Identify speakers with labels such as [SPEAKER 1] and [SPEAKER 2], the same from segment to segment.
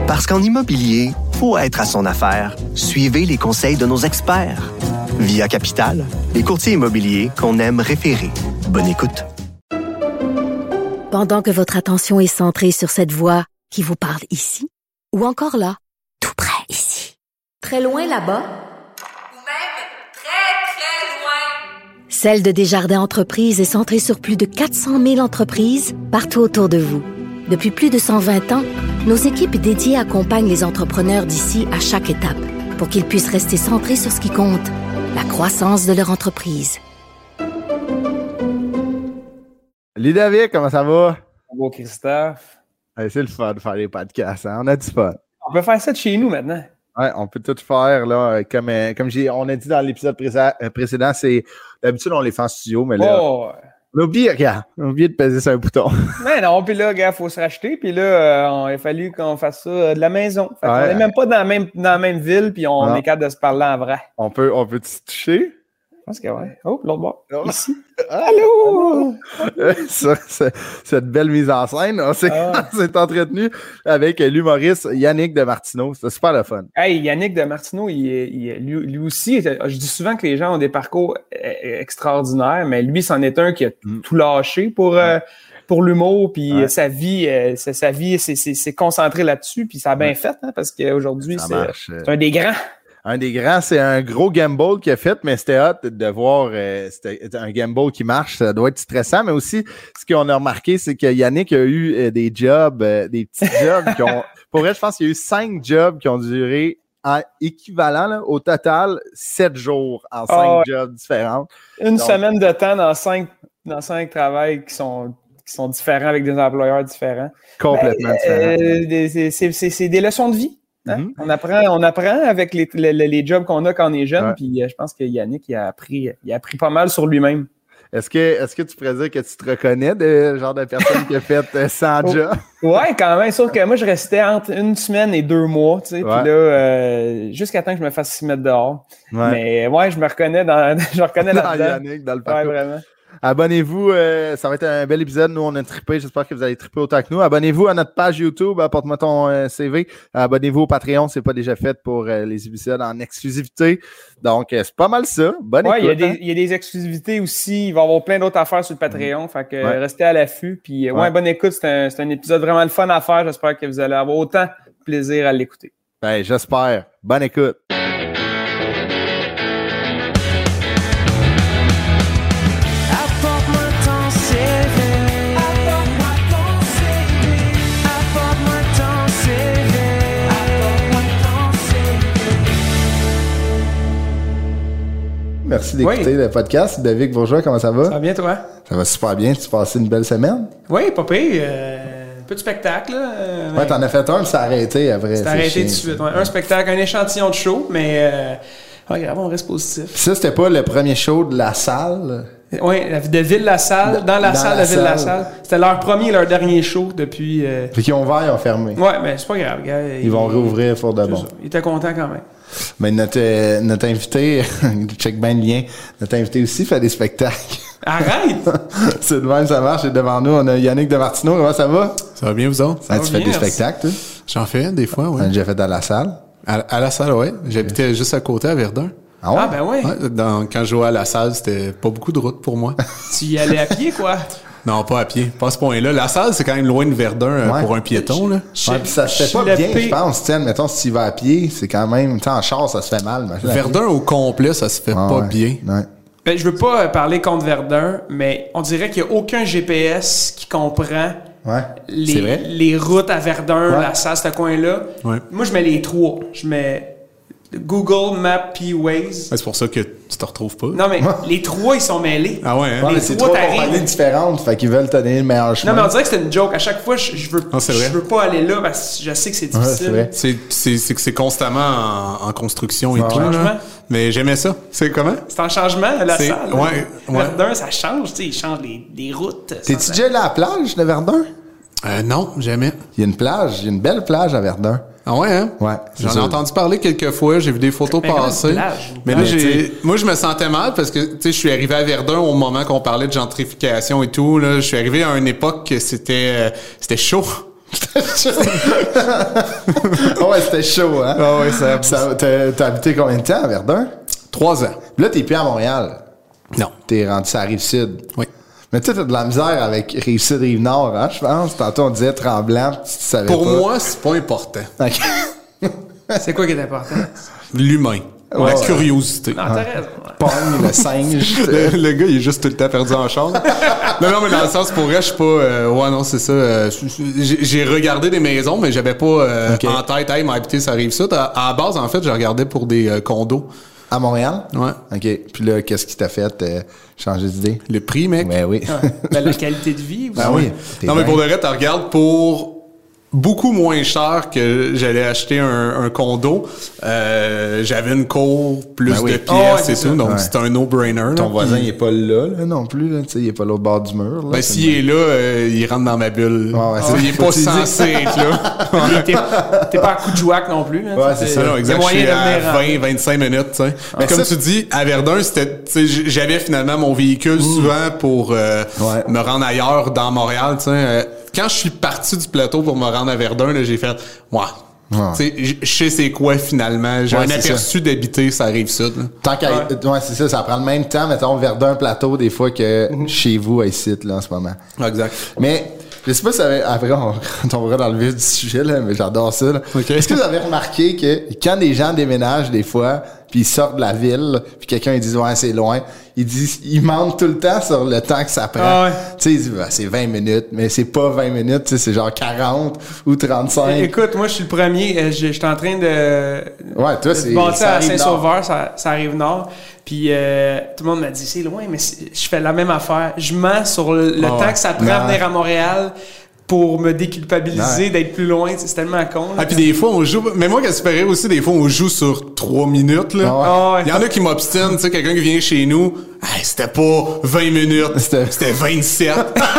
[SPEAKER 1] Parce qu'en immobilier, faut être à son affaire. Suivez les conseils de nos experts. Via Capital, les courtiers immobiliers qu'on aime référer. Bonne écoute.
[SPEAKER 2] Pendant que votre attention est centrée sur cette voix qui vous parle ici, ou encore là, tout près ici, très loin là-bas,
[SPEAKER 3] ou même très, très loin.
[SPEAKER 2] Celle de Desjardins Entreprises est centrée sur plus de 400 000 entreprises partout autour de vous. Depuis plus de 120 ans, nos équipes dédiées accompagnent les entrepreneurs d'ici à chaque étape pour qu'ils puissent rester centrés sur ce qui compte, la croissance de leur entreprise.
[SPEAKER 4] Ludovic, comment ça va?
[SPEAKER 5] Bon, Christophe.
[SPEAKER 4] Ouais, c'est le fun de faire les podcasts, hein? On a du fun.
[SPEAKER 5] On peut faire ça de chez nous maintenant.
[SPEAKER 4] Ouais, on peut tout faire, là, comme on a dit dans l'épisode précédent, c'est d'habitude on les fait en studio, mais là, on a oublié de peser sur un bouton.
[SPEAKER 5] Mais non, puis là, gars, il faut se racheter, puis là, il a fallu qu'on fasse ça de la maison. Fait on n'est même pas dans la même ville, puis on est capable de se parler en vrai.
[SPEAKER 4] On peut se toucher?
[SPEAKER 5] Je pense que oui. Oh, l'autre bord. Ici. Allô!
[SPEAKER 4] Cette belle mise en scène, on s'est entretenu avec l'humoriste Yannick Demartino. C'était super le fun.
[SPEAKER 5] Hey, Yannick Demartino, lui aussi, je dis souvent que les gens ont des parcours extraordinaires, mais lui, c'en est un qui a tout lâché pour l'humour, puis sa vie, c'est concentré là-dessus, puis ça a bien fait, hein, parce qu'aujourd'hui, c'est un des grands.
[SPEAKER 4] Un des grands, c'est un gros gamble qu'il a fait, mais c'était hot de voir c'était un gamble qui marche. Ça doit être stressant, mais aussi, ce qu'on a remarqué, c'est que Yannick a eu des jobs, des petits jobs qui ont... Pour vrai, je pense qu'il y a eu 5 jobs qui ont duré en équivalent, là, au total, 7 jours en 5 jobs différents.
[SPEAKER 5] Une semaine de temps dans 5 travails qui sont différents avec des employeurs différents.
[SPEAKER 4] Complètement différents.
[SPEAKER 5] C'est des leçons de vie. Hein? Mm-hmm. On apprend avec les jobs qu'on a quand on est jeune, puis je pense que Yannick il a appris pas mal sur lui-même.
[SPEAKER 4] Est-ce que tu pourrais dire que tu te reconnais de genre de personne qui a fait 100 jobs?
[SPEAKER 5] Ouais, quand même, sauf que moi je restais entre 1 semaine et 2 mois, tu sais, puis là, jusqu'à temps que je me fasse 6 mètres dehors. Ouais. Mais ouais, je me reconnais là-dedans.
[SPEAKER 4] Yannick, dans le parcours.
[SPEAKER 5] Ouais, vraiment.
[SPEAKER 4] Abonnez-vous, ça va être un bel épisode. Nous, on a trippé. J'espère que vous allez tripper autant que nous. Abonnez-vous à notre page YouTube. Apporte-moi ton CV. Abonnez-vous au Patreon. C'est pas déjà fait pour les épisodes en exclusivité. Donc, c'est pas mal ça. Bonne écoute.
[SPEAKER 5] Il y a des exclusivités aussi. Il va y avoir plein d'autres affaires sur le Patreon. Fait que restez à l'affût. Puis, bonne écoute. C'est un épisode vraiment le fun à faire. J'espère que vous allez avoir autant de plaisir à l'écouter.
[SPEAKER 4] Ben, j'espère. Bonne écoute. Merci d'écouter le podcast. David Bourgeois, comment ça va?
[SPEAKER 5] Ça va bien, toi?
[SPEAKER 4] Ça va super bien. Tu passé une belle semaine?
[SPEAKER 5] Oui, pas pire. Un peu de spectacle.
[SPEAKER 4] Ouais, t'en as fait un, puis ça a arrêté après.
[SPEAKER 5] Ça a arrêté tout de suite. Ouais. Un spectacle, un échantillon de show, mais grave, on reste positif.
[SPEAKER 4] Puis ça, c'était pas le premier show de la salle?
[SPEAKER 5] Oui, de Ville-la-Salle, dans la salle de Ville-la-Salle. C'était leur premier et leur dernier show depuis...
[SPEAKER 4] Puis qu'ils ont ouvert, ils ont fermé.
[SPEAKER 5] Oui, mais c'est pas grave. Gars,
[SPEAKER 4] ils vont rouvrir fort de bon.
[SPEAKER 5] Ils étaient contents quand même.
[SPEAKER 4] Mais notre invité, check bien le lien, notre invité aussi fait des spectacles.
[SPEAKER 5] Arrête!
[SPEAKER 4] C'est de même, ça marche. Et devant nous, on a Yannick Demartino. Comment ça va?
[SPEAKER 6] Ça va bien, vous autres?
[SPEAKER 4] Tu fais des spectacles, toi?
[SPEAKER 6] J'en fais, des fois, oui.
[SPEAKER 4] T'as déjà fait dans la salle?
[SPEAKER 6] À la salle, oui. J'habitais juste à côté, à Verdun.
[SPEAKER 4] Ah ouais?
[SPEAKER 5] Ah, ben oui.
[SPEAKER 6] Ouais, quand je jouais à la salle, c'était pas beaucoup de route pour moi.
[SPEAKER 5] Tu y allais à pied, quoi?
[SPEAKER 6] Non, pas à pied. Pas à ce point-là. La salle, c'est quand même loin de Verdun pour un piéton, là.
[SPEAKER 4] Ouais, pis ça se fait pas bien, je pense. Tiens, mettons, si tu vas à pied, c'est quand même... En char, ça se fait mal.
[SPEAKER 6] Verdun au complet, ça se fait pas bien.
[SPEAKER 4] Ouais.
[SPEAKER 5] Ben, je veux pas parler contre Verdun, mais on dirait qu'il y a aucun GPS qui comprend les routes à Verdun, la salle, ce coin-là. Ouais. Moi, je mets les 3. Je mets... Google Maps puis Waze.
[SPEAKER 6] C'est pour ça que tu te retrouves pas.
[SPEAKER 5] Non, mais les 3, ils sont mêlés.
[SPEAKER 6] Ah ouais, hein?
[SPEAKER 4] C'est 3 compagnies différentes, fait qu'ils veulent te donner le meilleur chemin.
[SPEAKER 5] Non, mais on dirait que c'est une joke. À chaque fois, je veux pas aller là parce que je sais que c'est difficile.
[SPEAKER 6] C'est constamment en construction et tout. Là. Mais j'aimais ça. C'est comment?
[SPEAKER 5] C'est en changement, la salle.
[SPEAKER 6] Ouais.
[SPEAKER 5] Verdun, ça change. Ils changent les routes.
[SPEAKER 4] T'es-tu déjà allé à la plage de Verdun?
[SPEAKER 6] Non, jamais.
[SPEAKER 4] Il y a une plage. Il y a une belle plage à Verdun.
[SPEAKER 6] Ah ouais, hein?
[SPEAKER 4] Ouais.
[SPEAKER 6] J'en ai entendu parler quelques fois, j'ai vu des photos passer. Mais là, moi, je me sentais mal parce que, tu sais, je suis arrivé à Verdun au moment qu'on parlait de gentrification et tout, là. Je suis arrivé à une époque que c'était chaud.
[SPEAKER 4] Ouais, c'était chaud, hein?
[SPEAKER 6] Ah ouais,
[SPEAKER 4] T'as habité combien de temps à Verdun?
[SPEAKER 6] 3 ans.
[SPEAKER 4] Là, t'es plus à Montréal.
[SPEAKER 6] Non.
[SPEAKER 4] T'es rendu sur la Rive-Sud.
[SPEAKER 6] Oui.
[SPEAKER 4] Mais tu sais, t'as de la misère avec Rive-Sud, Rive-Nord, hein, je pense. Tantôt, on disait Tremblant, tu savais
[SPEAKER 6] Pour
[SPEAKER 4] pas.
[SPEAKER 6] moi, c'est pas important.
[SPEAKER 4] OK.
[SPEAKER 5] C'est quoi qui est important?
[SPEAKER 6] L'humain.
[SPEAKER 4] Ouais,
[SPEAKER 6] la
[SPEAKER 4] ouais.
[SPEAKER 6] curiosité.
[SPEAKER 5] Non, t'as raison.
[SPEAKER 4] Pogne, le singe.
[SPEAKER 6] Le gars, il est juste tout le temps perdu en chambre. non, mais dans le sens, pour vrai, je suis pas... ouais, non, c'est ça. J'ai regardé des maisons, mais j'avais pas en tête, hey, m'habiter, ça arrive ça. À la base, en fait, je regardais pour des condos.
[SPEAKER 4] À Montréal?
[SPEAKER 6] Ouais.
[SPEAKER 4] OK. Puis là, qu'est-ce qui t'a fait changer d'idée?
[SPEAKER 6] Le prix, mec.
[SPEAKER 4] Ben oui.
[SPEAKER 5] Ben, la qualité de vie aussi.
[SPEAKER 4] Ben oui.
[SPEAKER 6] Non, mais pour de vrai, tu regardes pour beaucoup moins cher que j'allais acheter un condo. J'avais une cour, plus
[SPEAKER 4] Ben oui.
[SPEAKER 6] de pièces et
[SPEAKER 5] c'est
[SPEAKER 6] tout,
[SPEAKER 5] ça.
[SPEAKER 6] donc
[SPEAKER 4] Ouais.
[SPEAKER 6] c'était un no-brainer.
[SPEAKER 4] Ton
[SPEAKER 6] là.
[SPEAKER 4] voisin, il est pas là non plus. Là, il est pas là au bord du mur. Là,
[SPEAKER 6] Ben, s'il est là, il rentre dans ma bulle.
[SPEAKER 4] Ouais,
[SPEAKER 6] T'sais, il est
[SPEAKER 4] faut
[SPEAKER 6] pas
[SPEAKER 4] que tu le
[SPEAKER 6] censé être là.
[SPEAKER 5] T'es pas à coup de jouac non plus. Là,
[SPEAKER 4] Ouais, c'est ça.
[SPEAKER 6] Non,
[SPEAKER 5] Il y
[SPEAKER 6] exact.
[SPEAKER 5] a
[SPEAKER 6] Je suis
[SPEAKER 5] moyen de
[SPEAKER 6] à
[SPEAKER 5] venir
[SPEAKER 6] 20-25 minutes, tu sais. Mais comme
[SPEAKER 4] ça,
[SPEAKER 6] tu dis, à Verdun, c'était, tu sais, j'avais finalement mon véhicule souvent pour me rendre ailleurs dans Montréal, tu sais. Quand je suis parti du plateau pour me rendre à Verdun, là, j'ai fait, tu sais, je sais c'est quoi finalement. J'ai un aperçu d'habiter, ça arrive sud.
[SPEAKER 4] Tant qu'à... Ouais, c'est ça. Ça prend le même temps, mettons, Verdun plateau, des fois, que chez vous, à ici, là, en ce moment.
[SPEAKER 6] Exact.
[SPEAKER 4] Mais... Je sais pas si après, on tombera dans le vif du sujet, là, mais j'adore ça. Là.
[SPEAKER 6] Okay.
[SPEAKER 4] Est-ce que vous avez remarqué que quand des gens déménagent des fois, puis ils sortent de la ville, puis quelqu'un ils disent « Ouais, c'est loin », ils mentent tout le temps sur le temps que ça prend.
[SPEAKER 5] Ah ouais.
[SPEAKER 4] Tu sais, ils disent « C'est 20 minutes », mais c'est pas 20 minutes, tu sais, c'est genre 40 ou 35.
[SPEAKER 5] Écoute, moi, je suis le premier. Je suis en train de...
[SPEAKER 4] Ouais, toi, c'est...
[SPEAKER 5] bâtir
[SPEAKER 4] ça
[SPEAKER 5] à
[SPEAKER 4] arrive
[SPEAKER 5] Saint-Sauveur, ça arrive nord. Puis tout le monde m'a dit, c'est loin, mais je fais la même affaire. Je mens sur le temps que ça prend à venir à Montréal pour me déculpabiliser d'être plus loin. C'est tellement con. Là.
[SPEAKER 6] Ah, puis des fois, on joue... Mais moi, qu'est-ce que je ferais aussi, des fois, on joue sur 3 minutes, là.
[SPEAKER 4] Ah
[SPEAKER 5] ouais.
[SPEAKER 6] Il y en a qui m'obstinent, tu sais, quelqu'un qui vient chez nous, hey, c'était pas 20 minutes, c'était 27.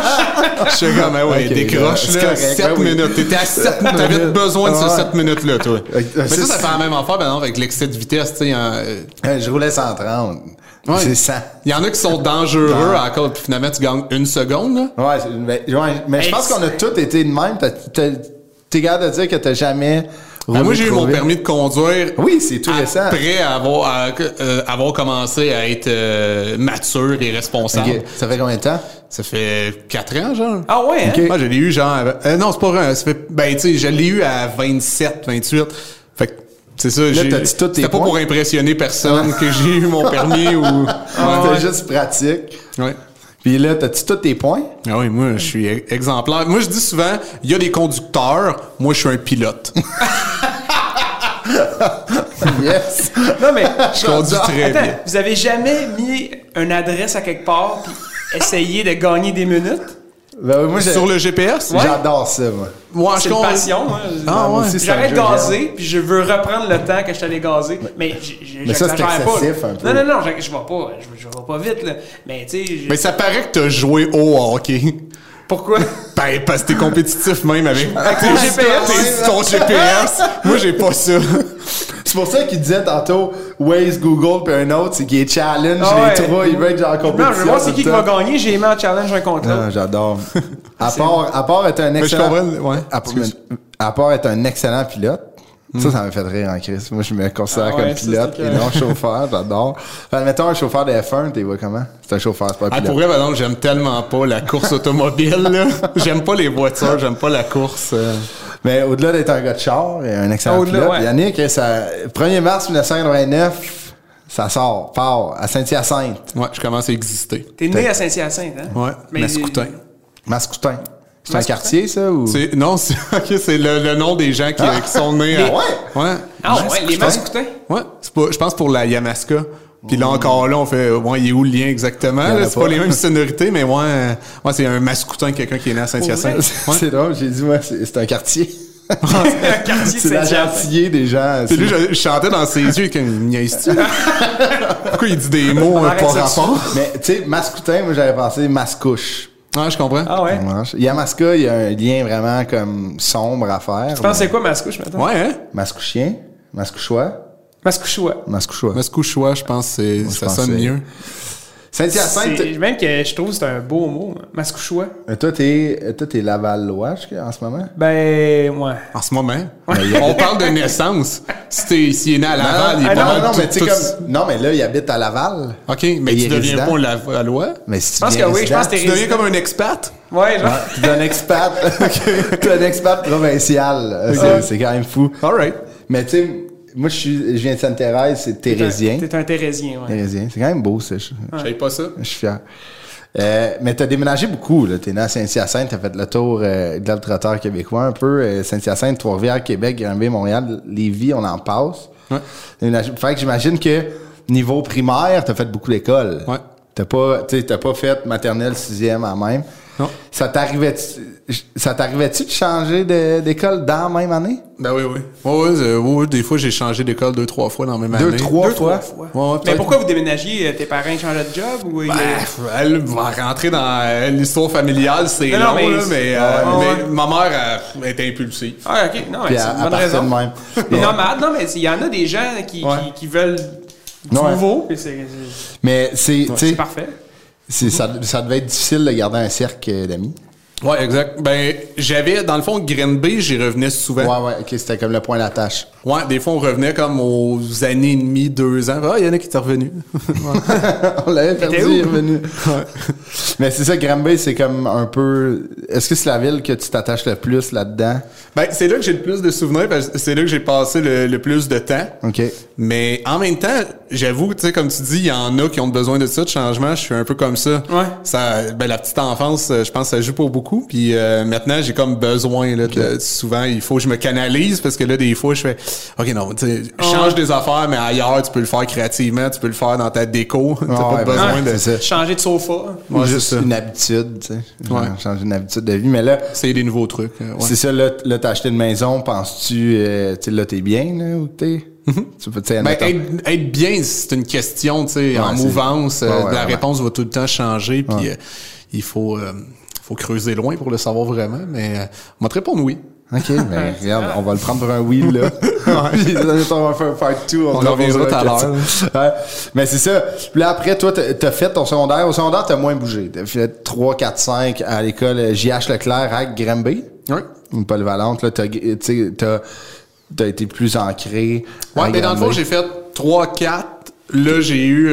[SPEAKER 6] Je suis comme, ouais,
[SPEAKER 4] Ok,
[SPEAKER 6] décroche,
[SPEAKER 4] c'est
[SPEAKER 6] là,
[SPEAKER 4] correct,
[SPEAKER 6] 7
[SPEAKER 4] ben oui.
[SPEAKER 6] minutes. T'étais à 7 minutes, t'avais besoin de ces 7 minutes-là, toi. Mais
[SPEAKER 4] c'est
[SPEAKER 6] ça fait la même affaire, ben non, avec l'excès de vitesse, tu sais.
[SPEAKER 4] Je roulais 130.
[SPEAKER 6] Ouais.
[SPEAKER 4] C'est 100.
[SPEAKER 6] Il y en a qui sont dangereux encore, puis finalement, tu gagnes 1 seconde, là.
[SPEAKER 4] Ouais, mais je pense qu'on a tous été de même. T'es capable de dire que t'as jamais...
[SPEAKER 6] Ben, moi, j'ai eu
[SPEAKER 4] trop
[SPEAKER 6] mon
[SPEAKER 4] vite.
[SPEAKER 6] permis de conduire.
[SPEAKER 4] Oui, c'est tout récent.
[SPEAKER 6] Après avoir commencé à être mature et responsable.
[SPEAKER 4] Ok. Ça fait combien de temps?
[SPEAKER 6] Ça fait 4 ans, genre.
[SPEAKER 5] Ah ouais, hein?
[SPEAKER 4] Ok.
[SPEAKER 6] Moi, je l'ai eu, genre... non, c'est pas vrai. Ça fait... Ben, tu sais, je l'ai eu à 27, 28. Fait que, c'est ça.
[SPEAKER 4] t'as-tu tous tes
[SPEAKER 6] C'était pas
[SPEAKER 4] points?
[SPEAKER 6] pour impressionner personne que j'ai eu mon permis ou...
[SPEAKER 4] C'était juste pratique.
[SPEAKER 6] Ouais.
[SPEAKER 4] Puis là, t'as-tu tous tes points?
[SPEAKER 6] Ah oui, moi, je suis exemplaire. Moi, je dis souvent, il y a des conducteurs, moi, je suis un pilote.
[SPEAKER 4] Yes!
[SPEAKER 5] Non, mais...
[SPEAKER 6] Je conduis très
[SPEAKER 5] Attends,
[SPEAKER 6] bien.
[SPEAKER 5] vous avez jamais mis une adresse à quelque part puis essayé de gagner des minutes?
[SPEAKER 4] Ben oui, moi,
[SPEAKER 6] Sur le GPS?
[SPEAKER 4] j'adore ça, moi.
[SPEAKER 6] Moi,
[SPEAKER 5] C'est une passion. Hein.
[SPEAKER 6] Ah,
[SPEAKER 4] moi
[SPEAKER 6] ouais.
[SPEAKER 4] aussi, c'est un
[SPEAKER 5] J'arrête de
[SPEAKER 4] jeu,
[SPEAKER 5] gazer, puis je veux reprendre le temps que je t'allais gazer. Mais
[SPEAKER 4] ça, c'est
[SPEAKER 5] j'exagère pas.
[SPEAKER 4] excessif, un peu.
[SPEAKER 5] Non, je vais pas vite, là. Mais tu sais...
[SPEAKER 6] Mais ça paraît que t'as joué au hockey.
[SPEAKER 5] Pourquoi?
[SPEAKER 6] Ben, parce que t'es compétitif même avec
[SPEAKER 5] ton GPS.
[SPEAKER 6] Ton GPS. Moi, j'ai pas ça.
[SPEAKER 4] C'est pour ça qu'il disait tantôt Waze, Google, puis un autre, c'est qu'il est challenge
[SPEAKER 5] Ah ouais.
[SPEAKER 4] les trois, il veut être genre en compétition.
[SPEAKER 5] Non, je veux voir c'est qui
[SPEAKER 4] tout le
[SPEAKER 5] va
[SPEAKER 4] temps.
[SPEAKER 5] gagner. J'ai mis en challenge un contre l'autre.
[SPEAKER 4] Ah, j'adore. À part être un
[SPEAKER 6] je
[SPEAKER 4] excellent...
[SPEAKER 6] comprends, ouais.
[SPEAKER 4] À part être un excellent pilote, ça m'a fait rire en crise. Moi, je me considère comme
[SPEAKER 5] ouais, ça,
[SPEAKER 4] pilote
[SPEAKER 5] c'est
[SPEAKER 4] et non chauffeur, j'adore. Enfin, mettons un chauffeur de F1, t'es vois comment? C'est un chauffeur, c'est pas un
[SPEAKER 6] Ah,
[SPEAKER 4] pilote.
[SPEAKER 6] pour vrai, par exemple, j'aime tellement pas la course automobile, là. J'aime pas les voitures, j'aime pas la course.
[SPEAKER 4] Mais au-delà d'être un gars de char et un excellent
[SPEAKER 5] Au-delà,
[SPEAKER 4] pilote,
[SPEAKER 5] ouais.
[SPEAKER 4] Yannick, 1er mars 1989, ça part à Saint-Hyacinthe.
[SPEAKER 6] Ouais, je commence à exister.
[SPEAKER 5] T'es né à Saint-Hyacinthe, hein?
[SPEAKER 6] Ouais, Mascoutin.
[SPEAKER 4] Mascoutin. C'est un
[SPEAKER 5] Mascoutin?
[SPEAKER 4] quartier, ça? Ou...
[SPEAKER 6] Non, c'est le nom des gens qui sont nés à... Ouais.
[SPEAKER 5] Ah ouais, les Mascoutins?
[SPEAKER 6] Ouais, c'est pas, je pense pour la Yamaska. Puis là encore là, on fait, il est où le lien exactement?
[SPEAKER 4] Il y en a
[SPEAKER 6] Là, c'est
[SPEAKER 4] pas.
[SPEAKER 6] pas les mêmes sonorités, mais c'est un Mascoutin, quelqu'un qui est né à Saint-Hyacinthe. Ouais.
[SPEAKER 4] C'est drôle, j'ai dit, c'est un quartier.
[SPEAKER 5] C'est un quartier de
[SPEAKER 4] C'est la
[SPEAKER 5] Saint-Hyacinthe.
[SPEAKER 4] gentillé des gens.
[SPEAKER 6] Puis lui, je chantais dans ses yeux, comme, il niaise-tu? Pourquoi il dit des mots
[SPEAKER 5] arrête
[SPEAKER 6] pas
[SPEAKER 5] ça
[SPEAKER 6] rapport?
[SPEAKER 4] Mais, tu sais, Mascoutin, moi, j'avais pensé Mascouche.
[SPEAKER 6] Ouais, je comprends.
[SPEAKER 5] Ah ouais?
[SPEAKER 4] Yamaska, il y a un lien vraiment comme sombre à faire.
[SPEAKER 5] Tu penses c'est quoi Mascouche maintenant?
[SPEAKER 6] Ouais, hein?
[SPEAKER 4] Mascouchien? Mascouchois?
[SPEAKER 5] Mascouchois.
[SPEAKER 4] Mascouchois.
[SPEAKER 6] Mascouchois, je pense que ça
[SPEAKER 4] pense
[SPEAKER 6] sonne
[SPEAKER 4] que c'est-
[SPEAKER 6] mieux.
[SPEAKER 4] Saint-Hyacinthe...
[SPEAKER 5] Même que je trouve que c'est un beau mot, Mascouchois.
[SPEAKER 4] Toi, t'es Laval-Lois en ce moment?
[SPEAKER 5] Ben, ouais.
[SPEAKER 6] En ce moment? On parle de naissance. S'il est né à Laval, il est pas
[SPEAKER 4] non, mais là, il habite à Laval.
[SPEAKER 6] OK, mais tu deviens pas un Lavallois?
[SPEAKER 4] Mais si
[SPEAKER 5] je pense que oui, je pense que
[SPEAKER 6] tu deviens comme un expat?
[SPEAKER 5] Ouais, genre.
[SPEAKER 4] T'es un expat. T'es un expat provincial. C'est quand même fou.
[SPEAKER 6] All right.
[SPEAKER 4] Mais tu sais, moi, je viens de Sainte-Thérèse, c'est Thérésien.
[SPEAKER 5] T'es un Thérésien, ouais.
[SPEAKER 4] Thérésien. C'est quand même beau, ça.
[SPEAKER 6] Je savais pas ça.
[SPEAKER 4] Je suis fier. Mais t'as déménagé beaucoup, là. T'es né à Saint-Hyacinthe, t'as fait le tour de l'Altre-Trotteur québécois un peu. Saint-Hyacinthe, Trois-Rivières, Québec, Granby, Montréal, Lévis, on en passe.
[SPEAKER 6] Ouais.
[SPEAKER 4] Fait que j'imagine que niveau primaire, t'as fait beaucoup d'écoles.
[SPEAKER 6] Ouais.
[SPEAKER 4] T'as pas fait maternelle, 6e à même.
[SPEAKER 6] Non.
[SPEAKER 4] Ça t'arrivait-tu de changer d'école dans la même année?
[SPEAKER 6] Ben oui. Oui, des fois, j'ai changé d'école 2-3 fois dans la même année.
[SPEAKER 4] 2-3 fois?
[SPEAKER 6] Ouais,
[SPEAKER 5] mais pourquoi vous déménagiez? Tes parents changeaient de job? Ou
[SPEAKER 6] elle va rentrer dans l'histoire familiale, c'est long, mais ma mère était impulsive.
[SPEAKER 5] Ah, OK. Non, mais c'est une bonne raison. Même. Nomade, non, mais il y en a des gens qui veulent du nouveau.
[SPEAKER 4] Mais c'est
[SPEAKER 5] parfait.
[SPEAKER 4] Ça devait être difficile de garder un cercle d'amis.
[SPEAKER 6] Ouais, exact. Ben, j'avais, dans le fond, Granby, j'y revenais souvent.
[SPEAKER 4] Ouais, OK, c'était comme le point d'attache.
[SPEAKER 6] Ouais, des fois, on revenait comme aux années et demie, 2 ans. Ah, il y en a qui étaient revenus.
[SPEAKER 4] On l'avait perdu, il est revenu. Ouais. Mais c'est ça, Granby, c'est comme un peu... Est-ce que c'est la ville que tu t'attaches le plus là-dedans?
[SPEAKER 6] Ben, c'est là que j'ai le plus de souvenirs, parce que c'est là que j'ai passé le plus de temps.
[SPEAKER 4] OK.
[SPEAKER 6] Mais en même temps, j'avoue, tu sais, comme tu dis, il y en a qui ont besoin de ça, de changement. Je suis un peu comme ça.
[SPEAKER 5] Ouais.
[SPEAKER 6] La petite enfance, je pense que ça joue pour beaucoup. Puis maintenant, j'ai comme besoin, là, souvent, il faut que je me canalise, parce que là, des fois, je fais, OK, non, tu sais, change des affaires, mais ailleurs, tu peux le faire créativement, tu peux le faire dans ta déco. T'as pas besoin de ça.
[SPEAKER 5] Changer de sofa.
[SPEAKER 4] Ouais, juste une habitude, tu sais. Ouais. Changer une habitude de vie. Mais là.
[SPEAKER 6] C'est des nouveaux trucs.
[SPEAKER 4] C'est ça, là, t'as acheté une maison, penses-tu, tu sais, là, t'es bien, là, où t'es? Tu peux,
[SPEAKER 6] être bien, c'est une question, tu sais, en mouvance. La réponse va tout le temps changer, puis il faut creuser loin pour le savoir vraiment, mais on va te répondre oui.
[SPEAKER 4] OK, mais regarde, on va le prendre pour un oui, là. Puis on va faire un part 2.
[SPEAKER 6] On reviendra tout à l'heure.
[SPEAKER 4] Ouais. Mais c'est ça. Puis là, après, toi, t'as fait ton secondaire. Au secondaire, t'as moins bougé. T'as fait 3, 4, 5 à l'école J.H. Leclerc à Granby.
[SPEAKER 6] Oui.
[SPEAKER 4] Une polyvalente, là. T'as été plus ancré.
[SPEAKER 6] Ouais, mais dans le fond, j'ai fait 3, 4. Là, j'ai eu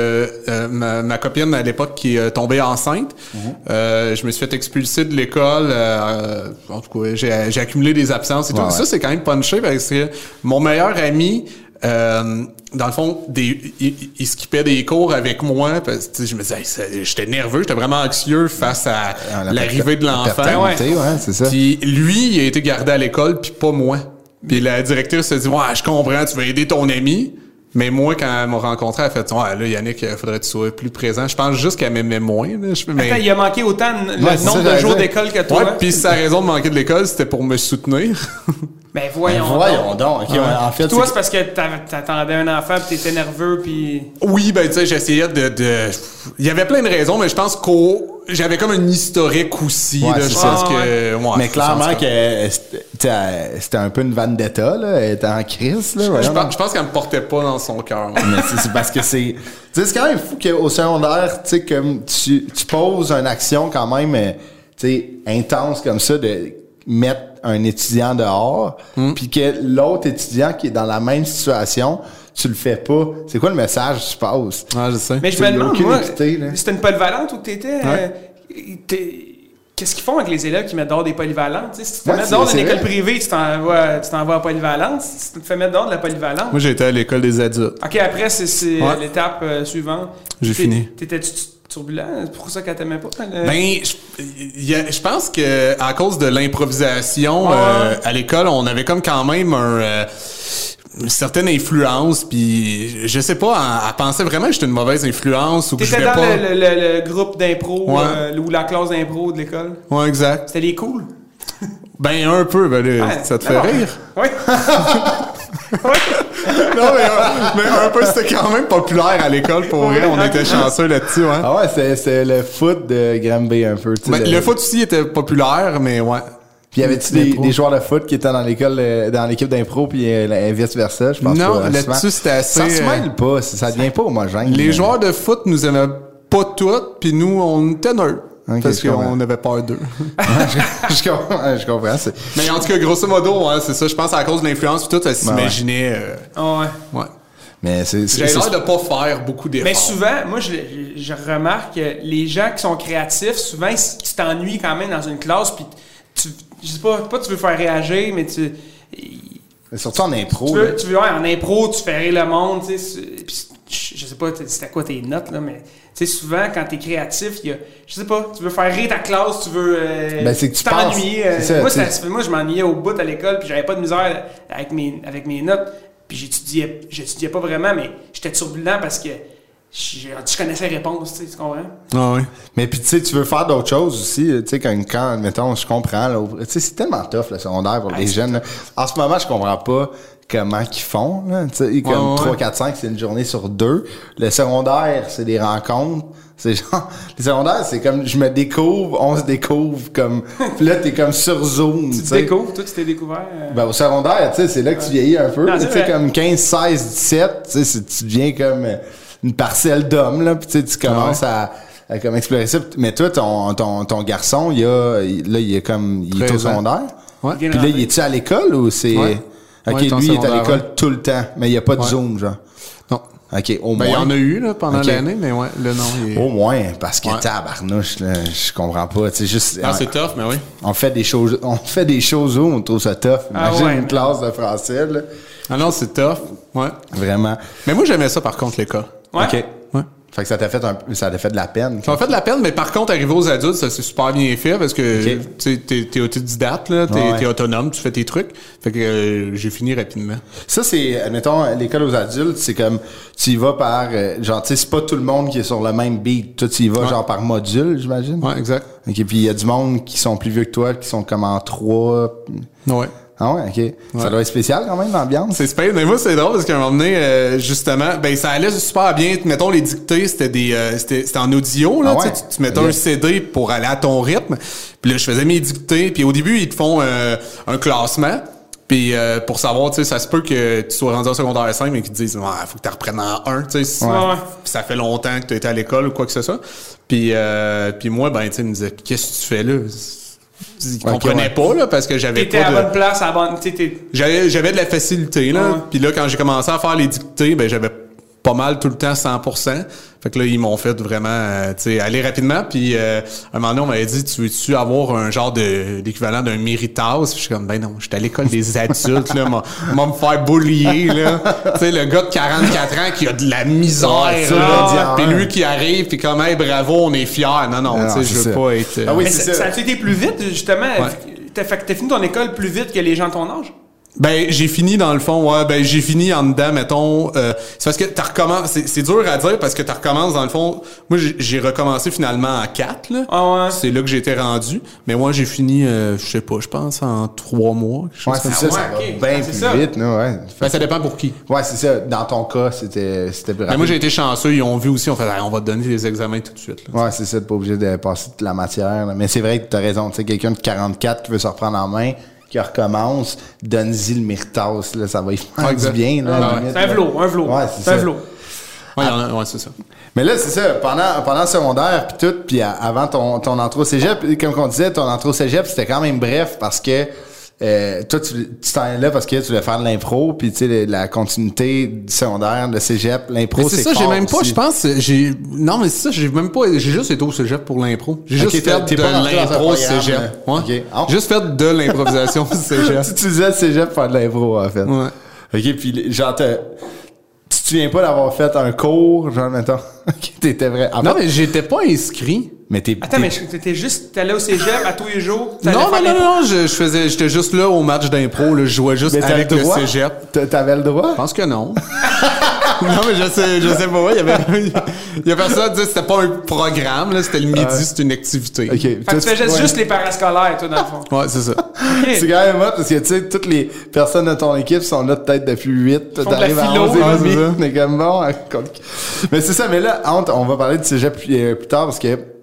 [SPEAKER 6] ma copine à l'époque qui est tombée enceinte. Je me suis fait expulser de l'école. En tout cas, j'ai accumulé des absences et tout. Ça, c'est quand même punché parce que mon meilleur ami, dans le fond, il skippait des cours avec moi. Parce que je me disais, j'étais nerveux, j'étais vraiment anxieux face à l'arrivée de l'enfant.
[SPEAKER 4] Ouais, c'est ça.
[SPEAKER 6] Puis lui, il a été gardé à l'école, puis pas moi. Puis la directrice se dit, ouais, je comprends, tu vas aider ton ami. Mais moi, quand elle m'a rencontré, elle a fait, ouais, là, Yannick, faudrait que tu sois plus présent. Je pense juste qu'elle m'aimait moins, là.
[SPEAKER 5] Attends, il a manqué autant le nombre de jours d'école que toi.
[SPEAKER 6] Ouais, pis sa raison de manquer de l'école, c'était pour me soutenir.
[SPEAKER 5] Ben voyons
[SPEAKER 4] donc. Okay, en fait,
[SPEAKER 5] toi, c'est parce que t'attendais un enfant pis t'étais nerveux pis...
[SPEAKER 6] Oui, ben tu sais, j'essayais de... Il y avait plein de raisons, mais je pense j'avais comme un historique aussi.
[SPEAKER 4] Ouais,
[SPEAKER 6] là, je pense que... Ouais,
[SPEAKER 4] mais clairement que c'était un peu une vendetta, là. Elle était en crise, là.
[SPEAKER 6] Je pense qu'elle me portait pas dans son cœur.
[SPEAKER 4] Mais c'est parce que c'est... Tu sais, c'est quand même fou qu'au secondaire, tu sais, comme tu poses une action quand même, tu sais, intense comme ça, de mettre un étudiant dehors, puis que l'autre étudiant qui est dans la même situation, tu le fais pas. C'est quoi le message que tu passes?
[SPEAKER 6] Ah, je sais.
[SPEAKER 5] Mais je me demande, moi, c'était une polyvalente où t'étais... Qu'est-ce qu'ils font avec les élèves qui mettent dehors des polyvalentes? T'sais, si tu te fais mettre dehors d'une école privée, tu t'en vas à polyvalente. Si tu te fais mettre dehors de la polyvalente...
[SPEAKER 6] Moi, j'étais à l'école des adultes.
[SPEAKER 5] OK, après, c'est l'étape suivante.
[SPEAKER 6] J'ai fini.
[SPEAKER 5] T'étais-tu turbulent? C'est pour ça qu'elle t'aimait pas?
[SPEAKER 6] Ben, je pense que à cause de l'improvisation, à l'école, on avait comme quand même une certaine influence, puis je sais pas, elle pensait vraiment que j'étais une mauvaise influence ou que je
[SPEAKER 5] T'étais
[SPEAKER 6] vais
[SPEAKER 5] dans
[SPEAKER 6] pas...
[SPEAKER 5] le groupe d'impro ou la classe d'impro de l'école?
[SPEAKER 6] Ouais, exact.
[SPEAKER 5] C'était les cools?
[SPEAKER 6] Ben, un peu, ça te fait rire?
[SPEAKER 5] Oui.
[SPEAKER 6] Non, mais un peu, c'était quand même populaire à l'école, pour vrai. On était chanceux là-dessus, ouais.
[SPEAKER 4] Ah ouais, c'est le foot de Granby un peu.
[SPEAKER 6] Ben, le foot aussi était populaire, mais ouais.
[SPEAKER 4] Puis y avait-tu des joueurs de foot qui étaient dans l'école, dans l'équipe d'impro, puis vice-versa, je pense.
[SPEAKER 6] Non,
[SPEAKER 4] pas,
[SPEAKER 6] là-dessus, c'était assez...
[SPEAKER 4] Ça se mêle pas, ça devient pas homogène.
[SPEAKER 6] Les joueurs de foot nous aimaient pas toutes, puis nous, on était neutres.
[SPEAKER 4] Okay,
[SPEAKER 6] parce qu'on avait peur d'eux.
[SPEAKER 4] je comprends.
[SPEAKER 6] Mais en tout cas, grosso modo, ouais, c'est ça. Je pense à cause de l'influence, tout, ça s'imaginait.
[SPEAKER 5] Ouais.
[SPEAKER 4] Mais
[SPEAKER 6] j'ai l'air de pas faire beaucoup d'efforts.
[SPEAKER 5] Mais souvent, moi, je remarque que les gens qui sont créatifs, souvent, tu t'ennuies quand même dans une classe, puis je sais pas tu veux faire réagir, mais
[SPEAKER 4] mais surtout en impro.
[SPEAKER 5] Tu veux en impro, tu fais rire le monde, tu sais. Je sais pas c'était quoi tes notes, là, mais tu sais, souvent, quand t'es créatif, je sais pas, tu veux faire rire ta classe, tu veux
[SPEAKER 4] c'est que tu
[SPEAKER 5] t'ennuyer.
[SPEAKER 4] penses,
[SPEAKER 5] moi, je m'ennuyais au bout à l'école, puis j'avais pas de misère avec mes notes. Puis j'étudiais pas vraiment, mais j'étais turbulent parce que je connaissais les réponses, tu comprends?
[SPEAKER 6] Ah oui.
[SPEAKER 4] Mais puis tu sais, tu veux faire d'autres choses aussi, tu sais, quand mettons, je comprends, tu sais, c'est tellement tough le secondaire pour les jeunes. Là. En ce moment, je comprends pas comment qu'ils font, là, tu sais, comme 3, 4, 5, c'est une journée sur 2. Le secondaire, c'est des rencontres. C'est genre, les secondaires, c'est comme, je me découvre, on se découvre, comme, pis là, t'es comme sur Zoom,
[SPEAKER 5] tu te découvres, toi, tu t'es découvert?
[SPEAKER 4] Ben, au secondaire, tu sais, c'est là que tu vieillis un peu, tu sais, comme 15, 16, 17, tu sais, tu deviens comme une parcelle d'homme, là, pis tu sais, tu commences à comme explorer ça. Mais toi, ton garçon, il est au secondaire?
[SPEAKER 6] Ouais.
[SPEAKER 4] Puis là, il est-tu à l'école ou c'est...
[SPEAKER 6] Ouais.
[SPEAKER 4] OK, lui, il est à l'école tout le temps, mais il n'y a pas de Zoom, genre.
[SPEAKER 6] Non.
[SPEAKER 4] OK, au moins.
[SPEAKER 6] Il y en a eu là, pendant l'année, mais ouais, là, non.
[SPEAKER 4] Au moins, parce que tabarnouche, là, je comprends pas. C'est juste.
[SPEAKER 6] C'est tough, mais oui.
[SPEAKER 4] On fait des choses où on trouve ça tough. Imagine une classe de français, là.
[SPEAKER 6] Ah non, c'est tough. Ouais.
[SPEAKER 4] Vraiment.
[SPEAKER 6] Mais moi, j'aimais ça, par contre, l'école.
[SPEAKER 5] Ouais.
[SPEAKER 4] OK.
[SPEAKER 6] Ouais.
[SPEAKER 4] Fait que ça t'a fait de la peine.
[SPEAKER 6] Ça m'a fait de la peine, mais par contre, arrivé aux adultes, ça s'est super bien fait parce que tu sais, t'es autodidacte, là, t'es autonome, tu fais tes trucs. Fait que j'ai fini rapidement.
[SPEAKER 4] Ça, c'est, admettons, l'école aux adultes, c'est comme, tu y vas par, genre, tu sais, c'est pas tout le monde qui est sur le même beat. Toi, tu y vas genre par module, j'imagine.
[SPEAKER 6] Ouais, exact.
[SPEAKER 4] OK, puis il y a du monde qui sont plus vieux que toi, qui sont comme en 3.
[SPEAKER 6] Ouais.
[SPEAKER 4] Ah ouais, OK. Ça doit être spécial quand même, l'ambiance.
[SPEAKER 6] C'est spécial. Mais moi, c'est drôle parce qu'à un moment donné, justement, ben ça allait super bien. Mettons, les dictées, c'était en audio, là. Tu mettais un CD pour aller à ton rythme. Puis là, je faisais mes dictées. Puis au début, ils te font un classement. Puis pour savoir, tu sais, ça se peut que tu sois rendu en secondaire 5, mais qu'ils te disent, ouais, faut que tu reprennes en 1, tu sais. Ça fait longtemps que tu as été à l'école ou quoi que ce soit. Puis moi, ben, tu sais, ils me disaient, qu'est-ce que tu fais là? Ils comprenaient pas, là, parce que j'avais
[SPEAKER 5] pas de... T'étais à la bonne place, à la bonne...
[SPEAKER 6] J'avais de la facilité, là. Puis là, quand j'ai commencé à faire les dictées, ben, j'avais pas mal tout le temps 100%. Fait que là, ils m'ont fait vraiment, tu sais, aller rapidement. Puis, un moment donné, on m'avait dit, tu veux-tu avoir un genre d'équivalent d'un méritas? Puis je suis comme, ben non, j'étais à l'école des adultes, là, m'a me faire bullier, là. Tu sais, le gars de 44 ans qui a de la misère, là. Puis lui qui arrive, puis comme, hey, bravo, on est fiers. Non, tu sais, je veux pas être...
[SPEAKER 5] Ah oui, mais ça a été plus vite, justement. Fait que t'as fini ton école plus vite que les gens de ton âge?
[SPEAKER 6] Ben, j'ai fini dans le fond, j'ai fini en dedans, mettons, c'est parce que t'as recommencé, c'est dur à dire parce que t'as recommencé dans le fond, moi j'ai recommencé finalement en 4, là.
[SPEAKER 5] Ah ouais.
[SPEAKER 6] C'est là que j'étais rendu, mais moi j'ai fini, je sais pas, je pense en 3 mois.
[SPEAKER 4] Ouais, c'est ça, ça va bien plus vite, là, ouais.
[SPEAKER 6] Ben, ça dépend pour qui.
[SPEAKER 4] Ouais, c'est ça, dans ton cas, c'était plus rapide.
[SPEAKER 6] Mais moi j'ai été chanceux, ils ont vu aussi, on fait, on va te donner des examens tout de suite, là.
[SPEAKER 4] Ouais, c'est ça, t'es pas obligé de passer toute la matière, là. Mais c'est vrai que t'as raison, tu sais, quelqu'un de 44 qui veut se reprendre en main, qui recommence, donne-y le méritas, là, ça va y faire du bien, là.
[SPEAKER 5] C'est un vlot.
[SPEAKER 4] Ouais, c'est un vlot.
[SPEAKER 6] Ouais, c'est ça.
[SPEAKER 4] Mais là, c'est ça, pendant le secondaire, puis tout, puis avant ton entrée au cégep, comme on disait, ton entrée au cégep, c'était quand même bref, parce que toi, tu t'en es là parce que tu voulais faire de l'impro, puis tu sais, la continuité du secondaire, le cégep, l'impro, c'est
[SPEAKER 6] ça,
[SPEAKER 4] fort
[SPEAKER 6] j'ai même pas,
[SPEAKER 4] aussi.
[SPEAKER 6] je pense, non, mais c'est ça, j'ai même pas, j'ai juste été au cégep pour l'impro. J'ai juste fait de l'impro au cégep. Ouais. Okay. Oh. Juste fait de l'improvisation au cégep.
[SPEAKER 4] Tu utilisais le cégep pour faire de l'impro, en fait.
[SPEAKER 6] Ouais.
[SPEAKER 4] OK, puis genre, tu te souviens pas d'avoir fait un cours, genre, mettons, t'étais vrai. En
[SPEAKER 6] non,
[SPEAKER 4] fait,
[SPEAKER 6] mais j'étais pas inscrit.
[SPEAKER 4] Mais
[SPEAKER 5] Attends, mais t'allais au cégep à tous les jours?
[SPEAKER 6] Non, j'étais juste là au match d'impro, là, je jouais juste avec le cégep.
[SPEAKER 4] T'avais le droit?
[SPEAKER 6] Je pense que non. Non, mais je sais pas, il y a personne qui disait que c'était pas un programme, là, c'était le midi, c'était une activité.
[SPEAKER 4] OK.
[SPEAKER 5] Fait que tu faisais juste les parascolaires, toi, dans le fond.
[SPEAKER 6] Ouais, c'est ça.
[SPEAKER 5] Okay.
[SPEAKER 4] C'est quand même hot, parce que, tu sais, toutes les personnes de ton équipe sont là peut-être depuis 8.
[SPEAKER 5] T'arrives à 11
[SPEAKER 4] et demi. On est comme bon. Mais c'est ça, mais là, on va parler du cégep plus tard, parce que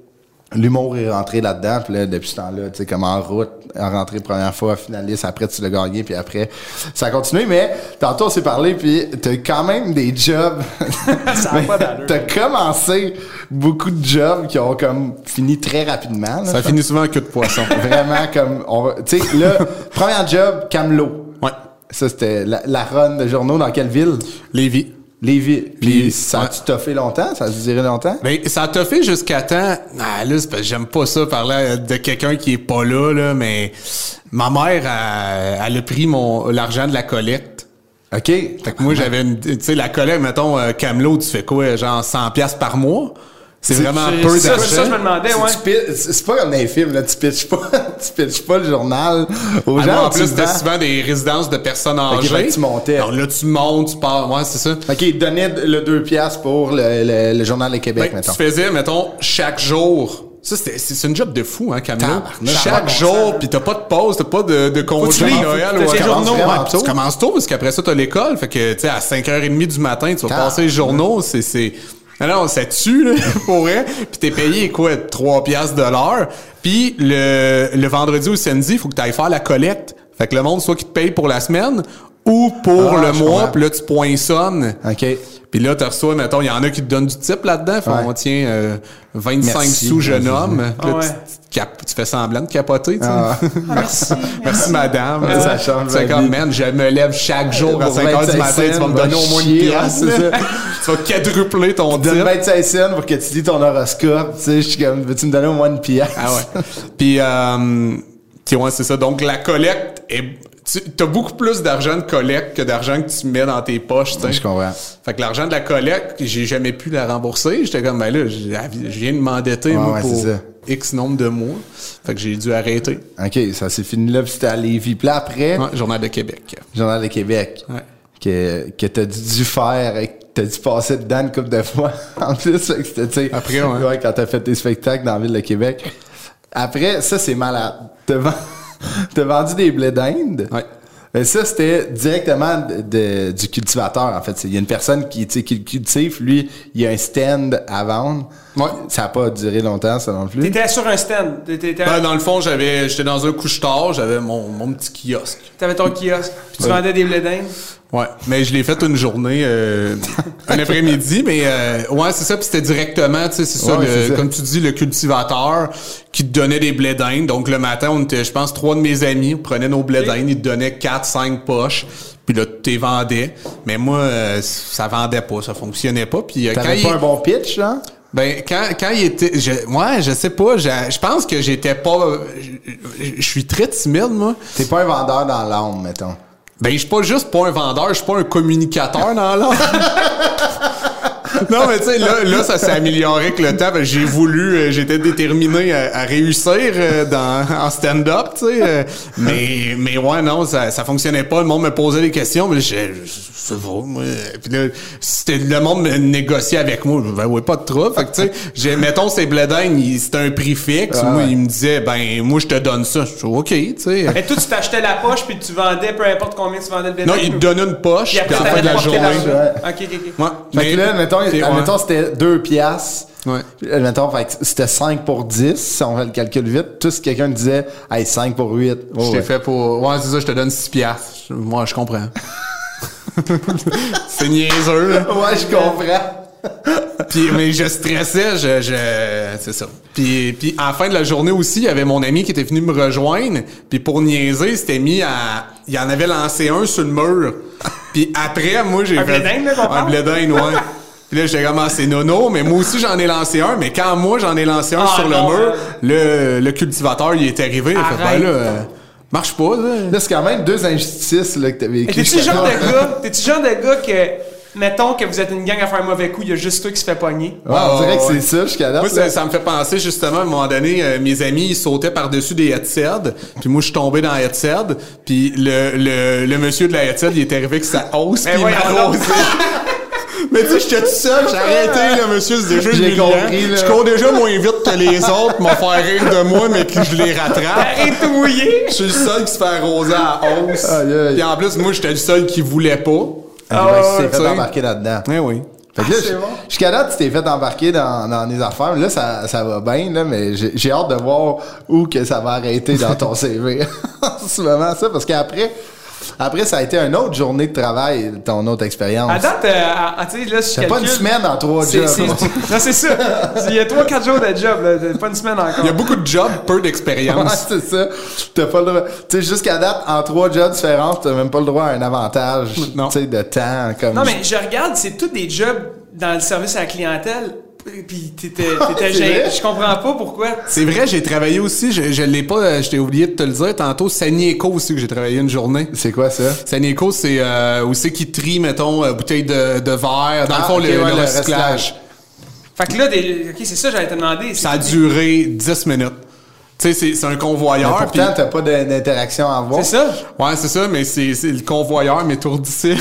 [SPEAKER 4] l'humour est rentré là-dedans, puis là, depuis ce temps-là, tu sais, comme en route, en rentrée première fois, finaliste, après tu l'as gagné, puis après, ça a continué, mais tantôt on s'est parlé, puis t'as quand même des jobs.
[SPEAKER 5] Ça a pas d'allure.
[SPEAKER 4] T'as commencé beaucoup de jobs qui ont comme fini très rapidement. Là,
[SPEAKER 6] Ça finit souvent en queue de poisson.
[SPEAKER 4] Vraiment comme, tu sais, là, premier job, Camelot.
[SPEAKER 6] Ouais.
[SPEAKER 4] Ça, c'était la run de journaux dans quelle ville?
[SPEAKER 6] Lévis.
[SPEAKER 4] Lévis. Puis
[SPEAKER 6] Puis,
[SPEAKER 4] ça a-tu toffé longtemps? Ça a duré longtemps?
[SPEAKER 6] Ben, ça a toffé jusqu'à temps. Ah, là, c'est parce que j'aime pas ça parler de quelqu'un qui est pas là, mais ma mère, elle a pris l'argent de la collecte.
[SPEAKER 4] OK.
[SPEAKER 6] Fait que moi, j'avais tu sais, la collecte, mettons, Camelot, tu fais quoi? Genre 100$ par mois? C'est vraiment peu
[SPEAKER 5] Ça,
[SPEAKER 6] d'argent.
[SPEAKER 5] je me demandais, ouais.
[SPEAKER 4] C'est pas comme dans les films, là. Tu pitches pas le journal aux
[SPEAKER 6] Ah
[SPEAKER 4] gens.
[SPEAKER 6] non, en
[SPEAKER 4] tu
[SPEAKER 6] plus, c'était
[SPEAKER 4] vends.
[SPEAKER 6] souvent des résidences de personnes âgées.
[SPEAKER 4] fait que tu montais.
[SPEAKER 6] Donc là, tu montes, tu pars. Ouais, c'est ça.
[SPEAKER 4] OK, il donnait le 2$ pour le Journal de Québec,
[SPEAKER 6] Ben,
[SPEAKER 4] mettons.
[SPEAKER 6] tu faisais, mettons, chaque jour. Ça, c'est une job de fou, hein, Camelot.
[SPEAKER 4] Tabarnak.
[SPEAKER 6] Chaque jour, pis t'as pas de pause, t'as pas de congé
[SPEAKER 5] lis,
[SPEAKER 6] Noël
[SPEAKER 5] faut que
[SPEAKER 6] ou
[SPEAKER 5] tu
[SPEAKER 6] à
[SPEAKER 5] journaux.
[SPEAKER 6] Tu commences tôt, parce qu'après ça, t'as l'école. Fait que, tu sais, à 5h30 du matin, tu vas passer les journaux. C'est... Alors, ça tue, là, pour vrai. Puis t'es payé, quoi, 3$ de l'heure. Puis le vendredi ou le samedi, il faut que t'ailles faire la collecte. Fait que le monde, soit qu'il te paye pour la semaine ou pour le mois, puis là, tu poinçonnes.
[SPEAKER 4] OK.
[SPEAKER 6] Puis là, tu reçois, mettons, il y en a qui te donnent du type là-dedans. Fait on tient 25
[SPEAKER 4] Merci.
[SPEAKER 6] sous, jeune homme. Puis là,
[SPEAKER 5] ouais.
[SPEAKER 6] tu fais semblant de capoter, tu sais.
[SPEAKER 4] Ah.
[SPEAKER 5] Merci.
[SPEAKER 6] Merci, madame.
[SPEAKER 4] Ça change
[SPEAKER 6] C'est
[SPEAKER 4] la
[SPEAKER 6] comme,
[SPEAKER 4] vie.
[SPEAKER 6] man, je me lève chaque jour à
[SPEAKER 4] Pour
[SPEAKER 6] 5h du
[SPEAKER 4] 25
[SPEAKER 6] matin. Tu vas me
[SPEAKER 4] cents,
[SPEAKER 6] donner au moins une
[SPEAKER 4] chier,
[SPEAKER 6] pièce.
[SPEAKER 4] ouais, c'est
[SPEAKER 6] là. Tu vas quadrupler ton
[SPEAKER 4] Donne
[SPEAKER 6] type.
[SPEAKER 4] 25 cents pour que tu lis ton horoscope. Tu sais, je suis comme, veux-tu me donner au moins une pièce?
[SPEAKER 6] Ah ouais. Puis, ouais, c'est ça. Donc, la collecte t'as beaucoup plus d'argent de collecte que d'argent que tu mets dans tes poches, tu sais.
[SPEAKER 4] Je comprends.
[SPEAKER 6] Fait que l'argent de la collecte, j'ai jamais pu la rembourser. J'étais comme, ben là, je viens de m'endetter, moi,
[SPEAKER 4] ouais,
[SPEAKER 6] pour
[SPEAKER 4] c'est ça.
[SPEAKER 6] X nombre de mois. Fait que j'ai dû arrêter.
[SPEAKER 4] OK, ça s'est fini là, puis c'était à Lévis. Puis là, après,
[SPEAKER 6] Ouais, Journal de Québec.
[SPEAKER 4] Journal de Québec,
[SPEAKER 6] Ouais.
[SPEAKER 4] que t'as dû faire, t'as dû passer dedans une couple de fois. En plus, fait que c'était, tu sais,
[SPEAKER 6] Après, ouais.
[SPEAKER 4] quand t'as fait tes spectacles dans la ville de Québec. Après, ça, c'est malade. T'as vendu des blés d'Inde.
[SPEAKER 6] Ouais.
[SPEAKER 4] Mais ça, c'était directement du cultivateur, en fait. Il y a une personne qui le cultive, lui, il y a un stand à vendre.
[SPEAKER 6] Ouais.
[SPEAKER 4] Ça n'a pas duré longtemps, ça non plus.
[SPEAKER 5] T'étais sur un stand.
[SPEAKER 6] Ben, dans le fond, j'étais dans un couche-tard, j'avais mon petit kiosque.
[SPEAKER 5] T'avais ton kiosque. Puis tu vendais des blés d'Inde.
[SPEAKER 6] Ouais, mais je l'ai fait une journée, un après-midi, mais ouais, c'est ça, puis c'était directement, tu sais, c'est ça,
[SPEAKER 4] Ouais, c'est ça.
[SPEAKER 6] comme tu dis, le cultivateur qui te donnait des blés d'Inde. Donc le matin, on était, je pense, 3 de mes amis, on prenait nos blés d'Inde, ils te donnaient 4-5 poches, puis là, tu les vendais. Mais moi, ça vendait pas, ça fonctionnait pas. Puis
[SPEAKER 4] T'avais pas un bon pitch, hein?
[SPEAKER 6] Ben, quand il était... je sais pas, je pense que j'étais pas... Je suis très timide, moi.
[SPEAKER 4] T'es pas un vendeur dans l'âme, mettons.
[SPEAKER 6] Ben, je suis pas juste pas un vendeur, je suis pas un communicateur dans l'art. Non, mais tu sais, là, ça s'est amélioré avec le temps. J'ai voulu, j'étais déterminé à réussir en stand-up, tu sais. Mais ouais, non, ça fonctionnait pas. Le monde me posait des questions, mais c'est vrai, moi. Puis là, c'était le monde me négociait avec moi. Ben ouais, pas de trouble. Fait que tu sais, mettons, ces bledins, c'était un prix fixe. Moi, il me disait, ben, moi, je te donne ça. Je suis OK, tu sais.
[SPEAKER 5] Et toi, tu t'achetais la poche puis tu vendais peu importe combien tu vendais le blé
[SPEAKER 6] Non,
[SPEAKER 5] d'Inde.
[SPEAKER 6] il te donnait une poche,
[SPEAKER 5] Puis
[SPEAKER 6] puis
[SPEAKER 5] après,
[SPEAKER 6] à la fin de la
[SPEAKER 5] t'avais porté
[SPEAKER 6] journée.
[SPEAKER 5] l'argent. OK.
[SPEAKER 6] Ouais,
[SPEAKER 4] Fait que là, admettons, c'était 2$.
[SPEAKER 6] Ouais.
[SPEAKER 4] Admettons, fait que c'était 5 pour 10, si on fait le calcul vite. Tout ce que quelqu'un disait, hey, 5 pour 8. Oh,
[SPEAKER 6] Je t'ai fait pour... Ouais, c'est ça, je te donne 6$. Moi, je comprends. C'est niaiseux, là.
[SPEAKER 4] Ouais, je comprends.
[SPEAKER 6] Puis, mais je stressais, c'est ça. Puis à la fin de la journée aussi, il y avait mon ami qui était venu me rejoindre. Puis pour niaiser, c'était mis à... Il en avait lancé un sur le mur. Puis après, moi, j'ai
[SPEAKER 5] Un
[SPEAKER 6] fait...
[SPEAKER 5] blé d'Inde, là, qu'on
[SPEAKER 6] Un
[SPEAKER 5] parle?
[SPEAKER 6] blé d'Inde, ouais. Puis là, j'étais comme, c'est nono, mais moi aussi, j'en ai lancé un. Mais quand moi, j'en ai lancé un sur
[SPEAKER 5] non,
[SPEAKER 6] le mur, le cultivateur, il est arrivé. Il a fait,
[SPEAKER 5] Arrête.
[SPEAKER 6] ben là, marche pas, là.
[SPEAKER 4] Là, c'est quand même 2 injustices là, que t'as vécu.
[SPEAKER 5] T'es-tu le genre de gars que, mettons que vous êtes une gang à faire un mauvais coup, il y a juste toi qui se fait pogner?
[SPEAKER 4] Ouais, on dirait que
[SPEAKER 6] ouais.
[SPEAKER 4] c'est ça jusqu'à là.
[SPEAKER 6] Moi, ça me fait penser justement, à un moment donné, mes amis, ils sautaient par-dessus des headsets, puis moi, je suis tombé dans la headset, puis le monsieur de la headset, il est arrivé avec sa hausse, puis il m'a arrosé. Mais tu sais, j'étais tout seul, j'ai arrêté, là, monsieur, c'est déjà
[SPEAKER 4] J'ai
[SPEAKER 6] humiliant.
[SPEAKER 4] compris, là.
[SPEAKER 6] Je cours déjà moins vite que les autres, m'en faire rire de moi, mais que je les rattrape.
[SPEAKER 5] Arrête de mouiller!
[SPEAKER 6] Je suis le seul qui se fait arroser à la hausse.
[SPEAKER 4] Aïe, aïe.
[SPEAKER 6] Puis en plus, moi, j'étais le seul qui voulait pas.
[SPEAKER 4] Ah, ouais, tu t'es
[SPEAKER 6] tu
[SPEAKER 4] fait
[SPEAKER 6] sais.
[SPEAKER 4] embarquer là-dedans.
[SPEAKER 6] Eh oui.
[SPEAKER 4] Fait que là, jusqu'à date, tu t'es fait embarquer dans les affaires. Là, ça va bien, là, mais j'ai hâte de voir où que ça va arrêter dans ton CV. C'est vraiment ça, parce qu'après, ça a été une autre journée de travail, ton autre expérience.
[SPEAKER 5] À date, tu sais, là, si je calcule...
[SPEAKER 4] pas une semaine en 3 jobs.
[SPEAKER 5] Non, c'est ça. Il y a 3-4 jours de job, là. Pas une semaine encore.
[SPEAKER 6] Il y a beaucoup de jobs, peu d'expérience.
[SPEAKER 4] Ouais, c'est ça. T'as pas le droit. Tu sais, jusqu'à date, en 3 jobs différents, t'as même pas le droit à un avantage, tu sais, de temps. Comme...
[SPEAKER 5] Non, mais je regarde, c'est tous des jobs dans le service à la clientèle. Puis t'étais je comprends pas pourquoi.
[SPEAKER 6] C'est vrai, j'ai travaillé aussi, je l'ai pas, je t'ai oublié de te le dire tantôt, Sanico aussi, que j'ai travaillé une journée.
[SPEAKER 4] C'est quoi ça?
[SPEAKER 6] Sanico, c'est où c'est qu'ils trient, mettons, bouteilles de verre, dans le fond, le recyclage.
[SPEAKER 5] Fait que là, ok, c'est ça, j'allais te demander.
[SPEAKER 6] Ça a duré 10 minutes. Tu sais, c'est un convoyeur.
[SPEAKER 4] Mais pourtant, t'as pas d'interaction à avoir.
[SPEAKER 5] C'est ça?
[SPEAKER 6] Ouais, c'est ça, mais c'est le convoyeur m'étourdissait.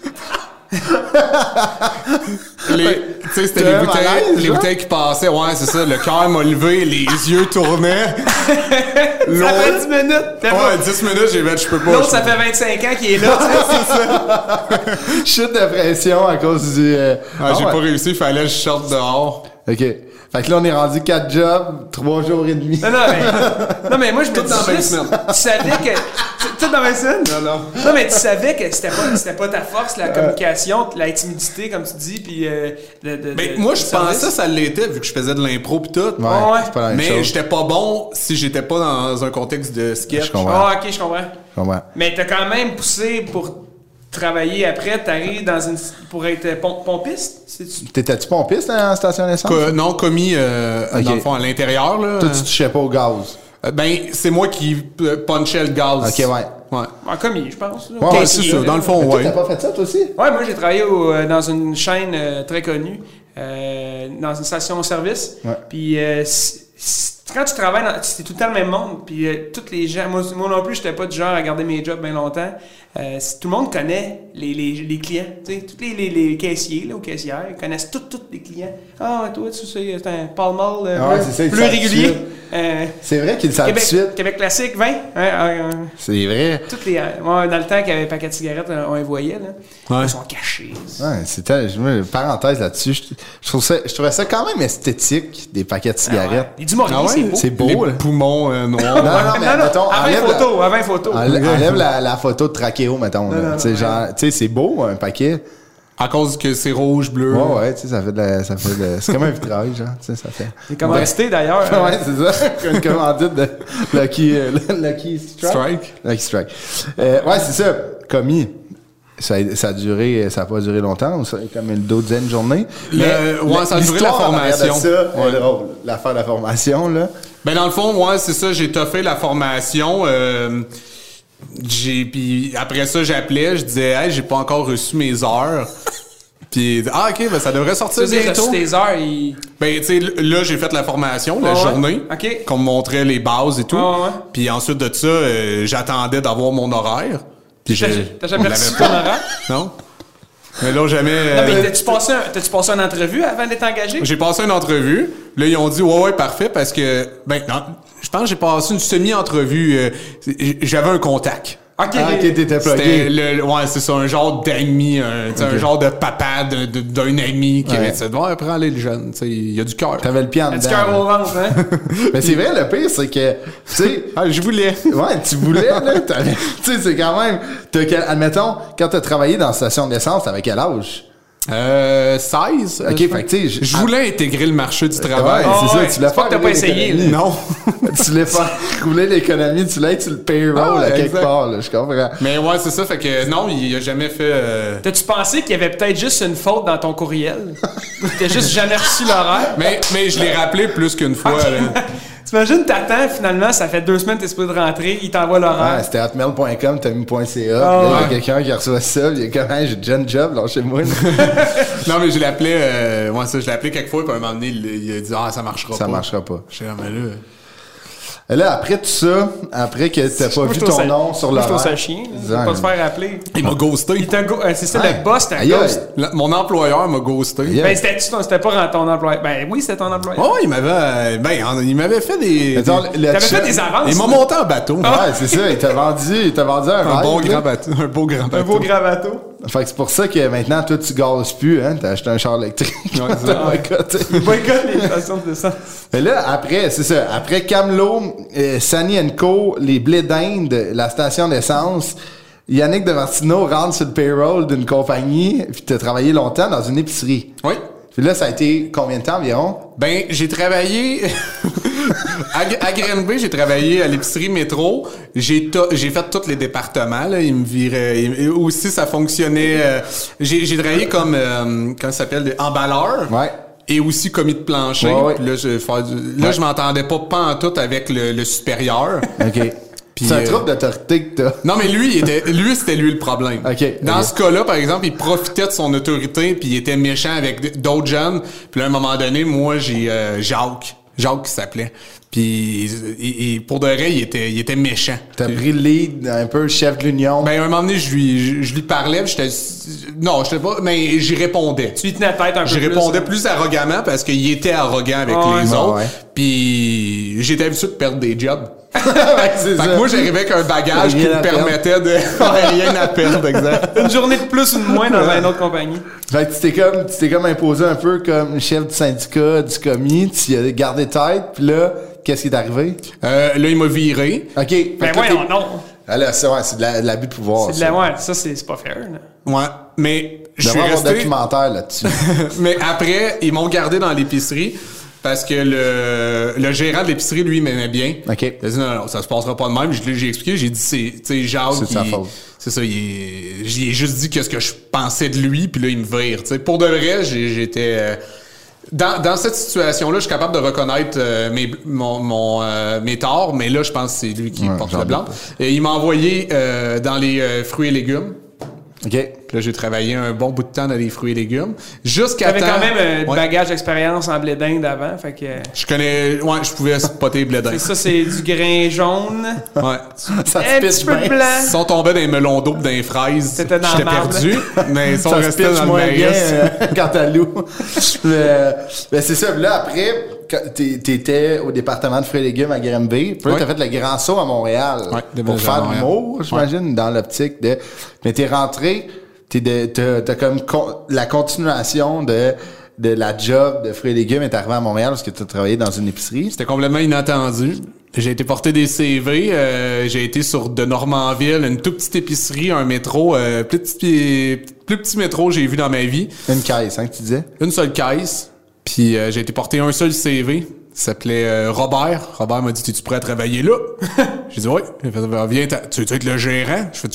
[SPEAKER 6] Tu sais, c'était les bouteilles qui passaient. Ouais, c'est ça. Le cœur m'a levé, les yeux tournaient.
[SPEAKER 5] Ça fait 10 minutes.
[SPEAKER 6] Ouais, 10 minutes, j'ai fait, je peux pas.
[SPEAKER 5] L'autre, ça fait 25 ans qu'il est là.
[SPEAKER 4] C'est ça. Chute de pression à cause du...
[SPEAKER 6] j'ai pas réussi, il fallait que je sorte dehors.
[SPEAKER 4] OK. Fait que là, on est rendu 4 jobs, 3 jours et demi.
[SPEAKER 5] Non, mais moi, je me dis juste, tu savais que... Tout dans 20 semaines? Non, mais tu savais que c'était pas ta force, la communication, la timidité, comme tu dis, puis...
[SPEAKER 6] moi, je pensais que ça l'était, vu que je faisais de l'impro pis tout.
[SPEAKER 4] Ouais. C'est pas la même
[SPEAKER 6] mais
[SPEAKER 4] chose.
[SPEAKER 6] j'étais pas bon si j'étais pas dans un contexte de sketch.
[SPEAKER 4] Je comprends.
[SPEAKER 5] OK, je comprends. Mais t'as quand même poussé pour... travailler après, t'arrives pour être pompiste?
[SPEAKER 4] T'étais-tu pompiste dans la station d'essence?
[SPEAKER 6] Non, commis, dans le fond, à l'intérieur, là.
[SPEAKER 4] Toi, tu touchais pas au gaz?
[SPEAKER 6] C'est moi qui punchais le gaz.
[SPEAKER 4] OK, ouais.
[SPEAKER 5] En commis, je pense.
[SPEAKER 6] Ouais, c'est ça, dans le fond,
[SPEAKER 4] ouais. T'as pas fait ça, toi aussi?
[SPEAKER 5] Ouais, moi, j'ai travaillé dans une chaîne très connue, dans une station-service.
[SPEAKER 4] Ouais.
[SPEAKER 5] Puis, quand tu travailles, c'est tout le temps le même monde. Puis, tous les gens... Moi non plus, j'étais pas du genre à garder mes jobs bien longtemps. Tout le monde connaît les clients. Tous les caissiers là, ou caissières connaissent tous les clients. Ah, toi, tu sais, c'est un Pall Mall plus régulier.
[SPEAKER 4] C'est vrai qu'ils le savent tout de suite.
[SPEAKER 5] Québec classique, 20.
[SPEAKER 4] C'est vrai.
[SPEAKER 5] Toutes les, dans le temps qu'il y avait un paquet de cigarettes, on les voyait. Là. Ils sont cachés.
[SPEAKER 4] Ouais, parenthèse là-dessus. Je trouvais ça quand même esthétique, des paquets de cigarettes.
[SPEAKER 5] Et du Maurier,
[SPEAKER 4] c'est beau.
[SPEAKER 6] Les poumons noirs.
[SPEAKER 4] Non, mais mettons,
[SPEAKER 5] avant photo.
[SPEAKER 4] Enlève la photo de Trachéo, mettons. Tu sais, c'est beau, un paquet.
[SPEAKER 6] À cause que c'est rouge, bleu.
[SPEAKER 4] Ouais, tu sais, ça fait de c'est comme un vitrage, genre, tu sais, ça fait.
[SPEAKER 5] C'est comme resté d'ailleurs.
[SPEAKER 4] Ouais, c'est ça. Une commandite de Lucky Strike. Lucky Strike. Ouais, c'est ça. Commis. Ça a duré, ça a pas duré longtemps, ça a comme une douzaine de journées.
[SPEAKER 6] Ça a duré la formation.
[SPEAKER 4] C'est drôle, l'affaire de la formation, là.
[SPEAKER 6] Ben, dans le fond, c'est ça, j'ai toffé la formation, puis après ça, j'appelais, je disais, hey, j'ai pas encore reçu mes heures. Puis, OK, ben, ça devrait sortir bientôt.
[SPEAKER 5] Tes heures,
[SPEAKER 6] Ben, tu sais, là, j'ai fait la formation, la journée.
[SPEAKER 5] OK.
[SPEAKER 6] Qu'on me montrait les bases et tout. Puis ensuite de ça, j'attendais d'avoir mon horaire.
[SPEAKER 5] T'as jamais reçu ton horaire?
[SPEAKER 6] Non. Mais là, jamais...
[SPEAKER 5] Non, mais t'as-tu passé une entrevue avant d'être engagé?
[SPEAKER 6] J'ai passé une entrevue. Là, ils ont dit, ouais, parfait, parce que... Ben, non, je pense que j'ai passé une semi-entrevue. J'avais un contact.
[SPEAKER 5] OK,
[SPEAKER 4] t'étais plugué.
[SPEAKER 6] C'est ça, un genre d'ami, un genre de papa d'un ami qui avait dit, prends les jeunes, il y a du cœur.
[SPEAKER 4] T'avais le pied en dedans.
[SPEAKER 5] Du cœur au ventre, hein?
[SPEAKER 4] Mais c'est vrai, le pire, c'est que, tu sais...
[SPEAKER 6] je voulais.
[SPEAKER 4] Ouais, tu voulais, là. Tu sais, c'est quand même... Admettons, quand t'as travaillé dans la station d'essence, t'avais quel âge?
[SPEAKER 6] 16.
[SPEAKER 4] OK, fait que tu sais...
[SPEAKER 6] Je voulais intégrer le marché du travail.
[SPEAKER 4] Ouais, c'est ça. Tu voulais faire...
[SPEAKER 5] T'as pas essayé, là.
[SPEAKER 6] Non.
[SPEAKER 4] Tu voulais faire rouler l'économie, tu voulais être sur le payroll à quelque part, là. Je comprends.
[SPEAKER 6] Mais ouais, c'est ça. Fait que non, il a jamais fait...
[SPEAKER 5] T'as-tu pensé qu'il y avait peut-être juste une faute dans ton courriel? T'as juste jamais reçu l'horaire?
[SPEAKER 6] Mais je l'ai rappelé plus qu'une fois, là.
[SPEAKER 5] T'imagines, t'attends, finalement, ça fait 2 semaines que t'es supposé de rentrer, il t'envoie l'horaire.
[SPEAKER 4] Ouais, c'était hotmail.com, t'as mis .ca. Il y a quelqu'un qui reçoit ça, il est comme, j'ai déjà un job, là, chez moi.
[SPEAKER 6] Non, mais je l'appelais, je l'ai appelé quelques fois, puis à un moment donné, il a dit, ça marchera pas.
[SPEAKER 4] Ça marchera pas.
[SPEAKER 6] Je suis mais là.
[SPEAKER 4] Et là, après tout ça, après que t'as pas vu ton nom sur l'horaire.
[SPEAKER 5] Je trouve ça chien, là. Pas te faire appeler.
[SPEAKER 6] Il m'a ghosté.
[SPEAKER 5] C'est ça, le boss, t'as ghost.
[SPEAKER 6] Mon employeur m'a ghosté.
[SPEAKER 5] Ben, c'était pas ton employeur. Ben oui, c'était ton employeur.
[SPEAKER 6] Oh, il m'avait fait des...
[SPEAKER 5] T'avais fait des avances.
[SPEAKER 6] Il m'a monté en bateau.
[SPEAKER 4] Ouais, c'est ça, il t'a vendu un
[SPEAKER 6] beau grand bateau. Un beau grand bateau.
[SPEAKER 5] Un beau grand bateau.
[SPEAKER 4] Fait que c'est pour ça que maintenant, toi, tu gazes plus, hein. T'as acheté un char électrique.
[SPEAKER 5] Ouais, boycott les stations d'essence.
[SPEAKER 4] Mais là, après, c'est ça. Après Camelot, Sunny & Co., les blés d'Inde, la station d'essence, Yannick Demartino rentre sur le payroll d'une compagnie, puis t'as travaillé longtemps dans une épicerie.
[SPEAKER 6] Oui.
[SPEAKER 4] Puis là, ça a été combien de temps environ?
[SPEAKER 6] Ben, j'ai travaillé à Granby, j'ai travaillé à l'épicerie Métro. J'ai fait tous les départements, là. Ils me viraient. Aussi, ça fonctionnait. J'ai travaillé comme comment ça s'appelle, emballeur.
[SPEAKER 4] Ouais.
[SPEAKER 6] Et aussi commis de plancher.
[SPEAKER 4] Ouais.
[SPEAKER 6] Puis là, je m'entendais pas en tout avec le supérieur.
[SPEAKER 4] OK.
[SPEAKER 6] Puis,
[SPEAKER 4] c'est un trouble d'autorité que t'as.
[SPEAKER 6] Non, mais c'était lui le problème.
[SPEAKER 4] Okay,
[SPEAKER 6] Dans ce cas-là, par exemple, il profitait de son autorité puis il était méchant avec d'autres jeunes. Puis là, à un moment donné, moi, j'ai Jacques qui s'appelait. Puis pour de vrai, il était méchant.
[SPEAKER 4] T'as pris le lead, un peu chef de l'union.
[SPEAKER 6] Ben, à un moment donné, je lui parlais, puis j'étais pas, mais j'y répondais.
[SPEAKER 5] Tu lui tenais la tête un peu plus.
[SPEAKER 6] J'y répondais plus arrogamment parce qu'il était arrogant avec les autres. Ouais. Puis j'étais habitué de perdre des jobs. Fait que moi, j'arrivais avec un bagage qui me permettait de rien à perdre, exact.
[SPEAKER 5] Une journée de plus ou de moins dans une autre compagnie.
[SPEAKER 4] Fait que tu t'es comme imposé un peu comme chef du syndicat, du commis, tu as gardé tête, puis là, qu'est-ce qui est arrivé?
[SPEAKER 6] Là, il m'a viré.
[SPEAKER 4] OK.
[SPEAKER 5] Ben voyons, non.
[SPEAKER 4] Ah là, c'est de l'abus de pouvoir.
[SPEAKER 5] Ça, c'est pas fair, là.
[SPEAKER 6] Ouais, mais je suis
[SPEAKER 4] resté...
[SPEAKER 6] resté...
[SPEAKER 4] un documentaire là-dessus.
[SPEAKER 6] Mais après, ils m'ont gardé dans l'épicerie parce que le gérant de l'épicerie, lui, m'aimait bien.
[SPEAKER 4] OK.
[SPEAKER 6] Il a dit non, ça se passera pas de même. J'ai expliqué, j'ai dit, c'est Jacques.
[SPEAKER 4] C'est de sa faute.
[SPEAKER 6] C'est ça, j'ai juste dit qu'est-ce que je pensais de lui, puis là, il me vire. T'sais. Pour de vrai, j'étais... Dans cette situation-là, je suis capable de reconnaître mes torts, mais là, je pense que c'est lui qui porte le blanc. Et il m'a envoyé dans les fruits et légumes.
[SPEAKER 4] OK.
[SPEAKER 6] Puis là, j'ai travaillé un bon bout de temps dans les fruits et légumes. Jusqu'à
[SPEAKER 5] temps... T'avais quand même un bagage d'expérience en blé d'Inde avant, fait que...
[SPEAKER 6] je pouvais spotter le blé d'Inde.
[SPEAKER 5] Ça, c'est du grain jaune.
[SPEAKER 6] Ouais.
[SPEAKER 4] Ça
[SPEAKER 5] un petit peu blanc.
[SPEAKER 6] Ils sont tombés dans les melons d'eau pis dans les fraises. J'étais perdu, mais ils sont restés dans le maïs.
[SPEAKER 4] Quand t'as loup. Mais c'est ça. Là, après... T'étais au département de fruits et légumes à Granby. Puis là, t'as fait le grand saut à Montréal. Pour faire de l'humour, j'imagine, dans l'optique de... Mais t'es rentré, t'as comme la continuation de la job de fruits et légumes est arrivé à Montréal parce que t'as travaillé dans une épicerie.
[SPEAKER 6] C'était complètement inattendu. J'ai été porter des CV. J'ai été sur de Normanville, une toute petite épicerie, un métro, plus petit métro j'ai vu dans ma vie.
[SPEAKER 4] Une caisse, hein, que tu disais? Une
[SPEAKER 6] seule caisse. Puis j'ai été porter un seul CV. Il s'appelait Robert. Robert m'a dit, t'es-tu prêt à travailler là? J'ai dit, oui. Il a fait, viens, tu veux être le gérant? Je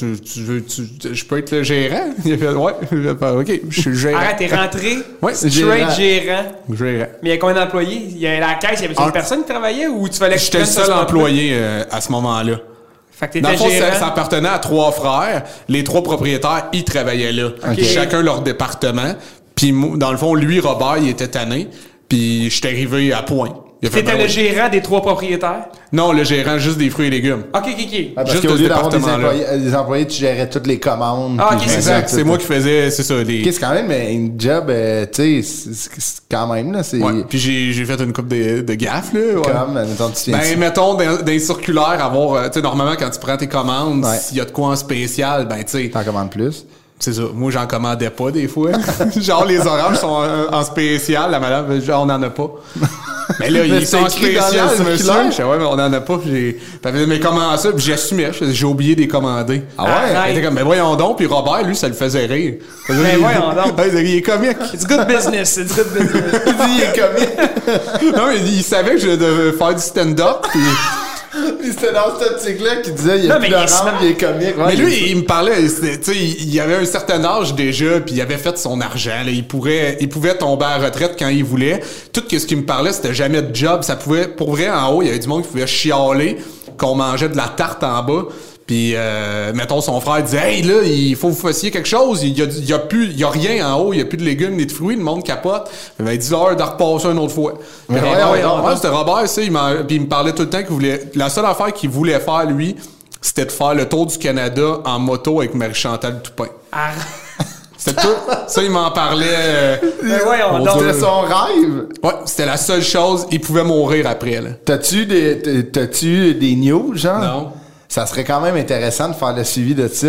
[SPEAKER 6] fais, je peux être le gérant? Il a fait, ouais. OK, je suis le gérant.
[SPEAKER 5] Arrête, t'es rentré?
[SPEAKER 6] Oui,
[SPEAKER 5] straight gérant.
[SPEAKER 6] Gérant.
[SPEAKER 5] Mais il y a combien d'employés? Il y a la caisse, il y avait une personne qui travaillait ou tu fallais que
[SPEAKER 6] j'étais le seul employé à ce moment-là.
[SPEAKER 5] Fait que
[SPEAKER 6] dans le fond, ça appartenait à 3 frères. Les 3 propriétaires, ils travaillaient là. Okay. Chacun leur département. Puis, dans le fond, lui, Robert, il était tanné. Puis, je suis arrivé à point.
[SPEAKER 5] T'étais le gérant des 3 propriétaires?
[SPEAKER 6] Non, le gérant juste des fruits et légumes.
[SPEAKER 5] OK.
[SPEAKER 4] Parce qu'au lieu d'avoir des employés, tu gérais toutes les commandes.
[SPEAKER 5] Ah, OK, c'est ça.
[SPEAKER 6] C'est moi qui faisais, c'est ça.
[SPEAKER 4] C'est quand même une job, tu sais, c'est quand même, là.
[SPEAKER 6] Ouais. Puis j'ai fait une couple de gaffes, là. Ouais.
[SPEAKER 4] Comme, mettons, tu viens
[SPEAKER 6] mettons, dans les circulaires, avoir, tu sais, normalement, quand tu prends tes commandes, s'il y a de quoi en spécial, ben, tu sais.
[SPEAKER 4] T'en commandes plus.
[SPEAKER 6] C'est ça. Moi, j'en commandais pas des fois. Genre, les oranges sont en spécial. La madame, genre, on n'en a pas. Mais là, ils sont en spécial, monsieur. Je sais, ouais, mais on n'en a pas. Mais comment ça? Puis j'assumais. J'ai oublié de les commander.
[SPEAKER 4] Ah ouais?
[SPEAKER 6] Il était comme, mais voyons donc. Puis Robert, lui, ça le faisait rire.
[SPEAKER 5] Mais voyons donc.
[SPEAKER 6] Il est comique.
[SPEAKER 5] It's good business.
[SPEAKER 4] Il dit, il est comique.
[SPEAKER 6] Non, mais il savait que je devais faire du stand-up. Puis
[SPEAKER 4] c'était dans cette optique-là qu'il disait il y a plus d'orange, il est comique. Ouais,
[SPEAKER 6] mais lui, il me parlait, tu sais, il avait un certain âge déjà, puis il avait fait son argent. Là. Il pouvait tomber à la retraite quand il voulait. Tout ce qu'il me parlait, c'était jamais de job. Ça pouvait, pour vrai, en haut, il y avait du monde qui pouvait chialer, qu'on mangeait de la tarte en bas. Puis, mettons, son frère disait, hey, là, il faut vous fassiez quelque chose. Il y a rien en haut. Il y a plus de légumes ni de fruits. Le monde capote. Il dit l'heure de repasser une autre fois. Ouais, c'était Robert, ça. Puis il me parlait tout le temps qu'il voulait. La seule affaire qu'il voulait faire, lui, c'était de faire le tour du Canada en moto avec Marie-Chantal Toupin.
[SPEAKER 5] Ah.
[SPEAKER 6] C'était tout. Ça, il m'en parlait.
[SPEAKER 4] C'était son rêve.
[SPEAKER 6] Ouais, c'était la seule chose. Il pouvait mourir après, là.
[SPEAKER 4] T'as-tu des news, genre?
[SPEAKER 6] Non.
[SPEAKER 4] Ça serait quand même intéressant de faire le suivi de ça.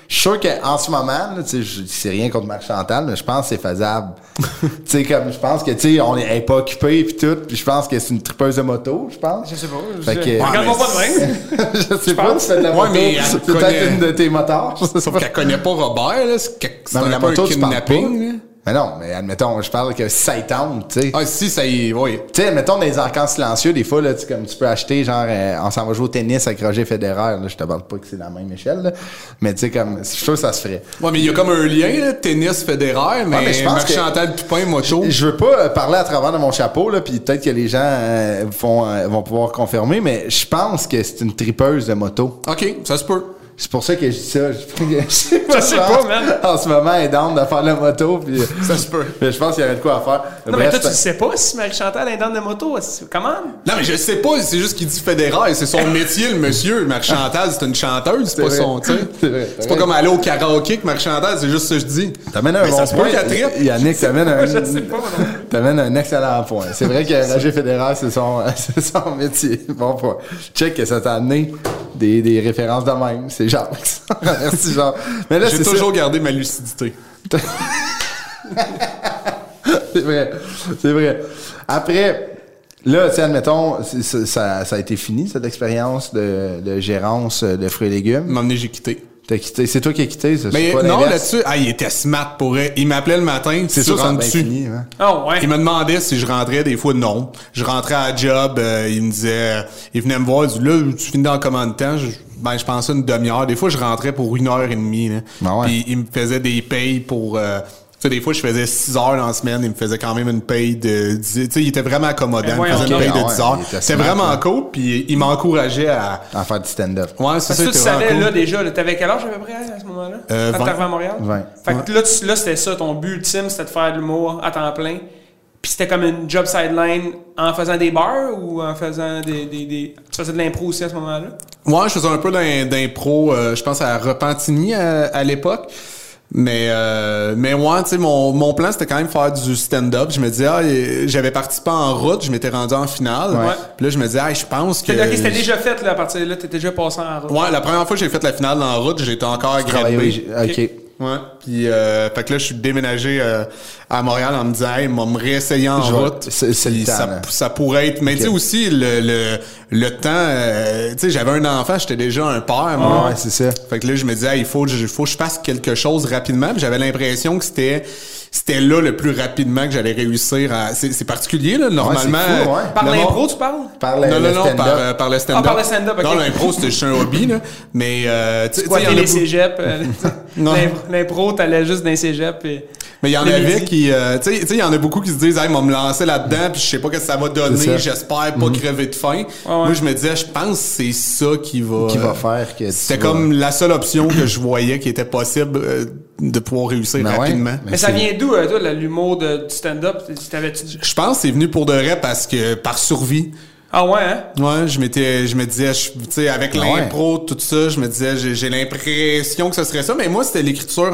[SPEAKER 4] Je suis sûr qu'en ce moment, là, tu sais, c'est rien contre Marc Chantal, mais je pense que c'est faisable. Tu sais, comme, je pense que, tu sais, on est pas occupé pis tout, pis je pense que c'est une tripeuse de moto, je pense.
[SPEAKER 5] Je sais pas.
[SPEAKER 4] Regarde-moi
[SPEAKER 5] pas de même.
[SPEAKER 4] Je sais pas, tu fais de la moto.
[SPEAKER 6] mais
[SPEAKER 4] c'est peut-être une de tes motards.
[SPEAKER 6] Sauf qu'elle connaît pas Robert, là. C'est
[SPEAKER 4] Non, mais la
[SPEAKER 6] un peu
[SPEAKER 4] moto,
[SPEAKER 6] un
[SPEAKER 4] tu parles
[SPEAKER 6] kidnapping, là.
[SPEAKER 4] Mais non, mais admettons, je parle que si ça y tente, tu sais.
[SPEAKER 6] Ah, si, ça y est, oui.
[SPEAKER 4] Tu sais, admettons, dans les encans silencieux, des fois, là, comme tu peux acheter, genre, on s'en va jouer au tennis avec Roger Federer, là, je te parle pas que c'est la même échelle, là, mais tu sais, comme, je suis sûr que ça se ferait.
[SPEAKER 6] Ouais, mais il y a comme un lien, là, tennis, Federer, mais
[SPEAKER 4] je pense
[SPEAKER 6] Marc Chantal Toupin, moto.
[SPEAKER 4] Je veux pas parler à travers de mon chapeau, là, puis peut-être que les gens vont pouvoir confirmer, mais je pense que c'est une tripeuse de moto.
[SPEAKER 6] OK, ça se peut.
[SPEAKER 4] C'est pour ça que je dis ça.
[SPEAKER 5] Je sais pas, man.
[SPEAKER 4] En ce moment, elle est down de faire la moto. Puis,
[SPEAKER 6] ça se peut.
[SPEAKER 4] Je pense qu'il y aurait de quoi à faire.
[SPEAKER 5] Non, mais toi, tu sais pas si Marie-Chantal est dans de moto. Comment?
[SPEAKER 6] Non, mais je sais pas. C'est juste qu'il dit Federer. C'est son métier, le monsieur. Marie-Chantal, c'est une chanteuse. C'est pas
[SPEAKER 4] vrai.
[SPEAKER 6] son, tu sais. C'est pas comme aller au karaoké que Marie-Chantal. C'est juste ça que je dis.
[SPEAKER 4] T'amènes un
[SPEAKER 6] mais
[SPEAKER 4] bon
[SPEAKER 6] ça se peut
[SPEAKER 4] point.
[SPEAKER 6] qu'elle trippe.
[SPEAKER 4] Yannick, t'amènes un...
[SPEAKER 5] Je sais pas, non.
[SPEAKER 4] T'amènes un excellent point. C'est vrai que Roger Federer, c'est son métier. Bon point. Check que ça t'a amené des références de même. C'est genre... Merci, genre. Mais là,
[SPEAKER 6] j'ai toujours gardé ma lucidité.
[SPEAKER 4] C'est vrai. C'est vrai. Après, là, tu sais, admettons, ça a été fini, cette expérience de gérance de fruits et légumes.
[SPEAKER 6] M'emmener, j'ai quitté.
[SPEAKER 4] T'as quitté. C'est toi qui as quitté, ça?
[SPEAKER 6] Mais
[SPEAKER 4] pas
[SPEAKER 6] non,
[SPEAKER 4] l'inverse?
[SPEAKER 6] là-dessus, il était smart pour elle. Il m'appelait le matin,
[SPEAKER 4] C'est
[SPEAKER 6] tu
[SPEAKER 4] sûr, ça a
[SPEAKER 6] rentres
[SPEAKER 4] bien
[SPEAKER 6] dessus.
[SPEAKER 4] fini, hein?
[SPEAKER 5] Oh, ouais.
[SPEAKER 6] Il me demandait si je rentrais, des fois non. Je rentrais à la job, il me disait, il venait me voir, il dit là, tu finis dans combien de temps? Je pensais une demi-heure. Des fois, je rentrais pour 1h30. Là.
[SPEAKER 4] Ah ouais.
[SPEAKER 6] Puis il me faisait des payes pour... tu sais, des fois, je faisais 6 heures dans la semaine. Il me faisait quand même une paye de 10... Tu sais, il était vraiment accommodant. Il me faisait une paye de 10 heures. C'était vraiment cool. Puis il m'encourageait à
[SPEAKER 4] faire du stand-up.
[SPEAKER 6] Ouais, c'est ça.
[SPEAKER 5] Tu savais, là, déjà, t'avais quel âge à peu près à ce moment-là? Quand
[SPEAKER 6] 20.
[SPEAKER 5] t'arrivais à Montréal?
[SPEAKER 4] 20.
[SPEAKER 5] Fait que là, c'était ça, ton but ultime, c'était de faire de l'humour à temps plein. Puis c'était comme une job sideline en faisant des bars ou en faisant des... Tu faisais de l'impro aussi à ce moment-là?
[SPEAKER 6] Ouais, je faisais un peu d'impro, je pense à Repentigny à l'époque. Mais ouais, tu sais, mon plan, c'était quand même faire du stand-up. Je me disais, j'avais participé en route, je m'étais rendu en finale.
[SPEAKER 5] Ouais.
[SPEAKER 6] Puis là, je me disais, je pense que...
[SPEAKER 5] OK, c'était déjà fait, là, à partir de là, t'étais déjà passé en route.
[SPEAKER 6] Ouais, la première fois que j'ai fait la finale en route, j'étais encore gradué.
[SPEAKER 4] OK.
[SPEAKER 6] Ouais. Puis, fait que là, je suis déménagé à Montréal en me disant, hey, moi, me réessayer en route.
[SPEAKER 4] C'est le temps,
[SPEAKER 6] ça pourrait être. Mais tu sais aussi, le temps, tu sais, j'avais un enfant, j'étais déjà un père, moi.
[SPEAKER 4] Ouais, c'est ça.
[SPEAKER 6] Fait que là, je me disais, il faut que je fasse quelque chose rapidement. Puis j'avais l'impression que c'était là le plus rapidement que j'allais réussir à... C'est particulier, là, normalement.
[SPEAKER 4] Ouais, c'est fou, ouais.
[SPEAKER 5] Par l'impro, tu parles?
[SPEAKER 6] Non, par le stand-up.
[SPEAKER 5] Ah, par le stand-up, OK.
[SPEAKER 6] Non, l'impro, c'était juste un hobby, là. Mais, tu sais,
[SPEAKER 5] Quoi,
[SPEAKER 6] il y en a
[SPEAKER 5] les
[SPEAKER 6] beaucoup-
[SPEAKER 5] cégeps?
[SPEAKER 6] Non.
[SPEAKER 5] L'impro, t'allais juste dans les cégeps.
[SPEAKER 6] Mais il y en
[SPEAKER 5] Le
[SPEAKER 6] avait
[SPEAKER 5] midi.
[SPEAKER 6] qui... tu sais, il y en a beaucoup qui se disent, hey, on va me lancer là-dedans, puis je sais pas ce que ça va
[SPEAKER 4] C'est ça.
[SPEAKER 6] donner, j'espère pas crever de faim.
[SPEAKER 5] ouais.
[SPEAKER 6] Moi, je me disais, je pense que c'est ça qui va
[SPEAKER 4] faire que
[SPEAKER 6] c'était comme la seule option que je voyais qui était possible de pouvoir réussir
[SPEAKER 4] Ben ouais.
[SPEAKER 6] rapidement.
[SPEAKER 5] Mais ça vient d'où, toi, l'humour du stand-up?
[SPEAKER 6] Je pense que c'est venu pour de vrai par survie.
[SPEAKER 5] Ah ouais, hein?
[SPEAKER 6] Ouais, je me disais, tu sais, avec l'impro, tout ça, je me disais, j'ai l'impression que ce serait ça, mais moi, c'était l'écriture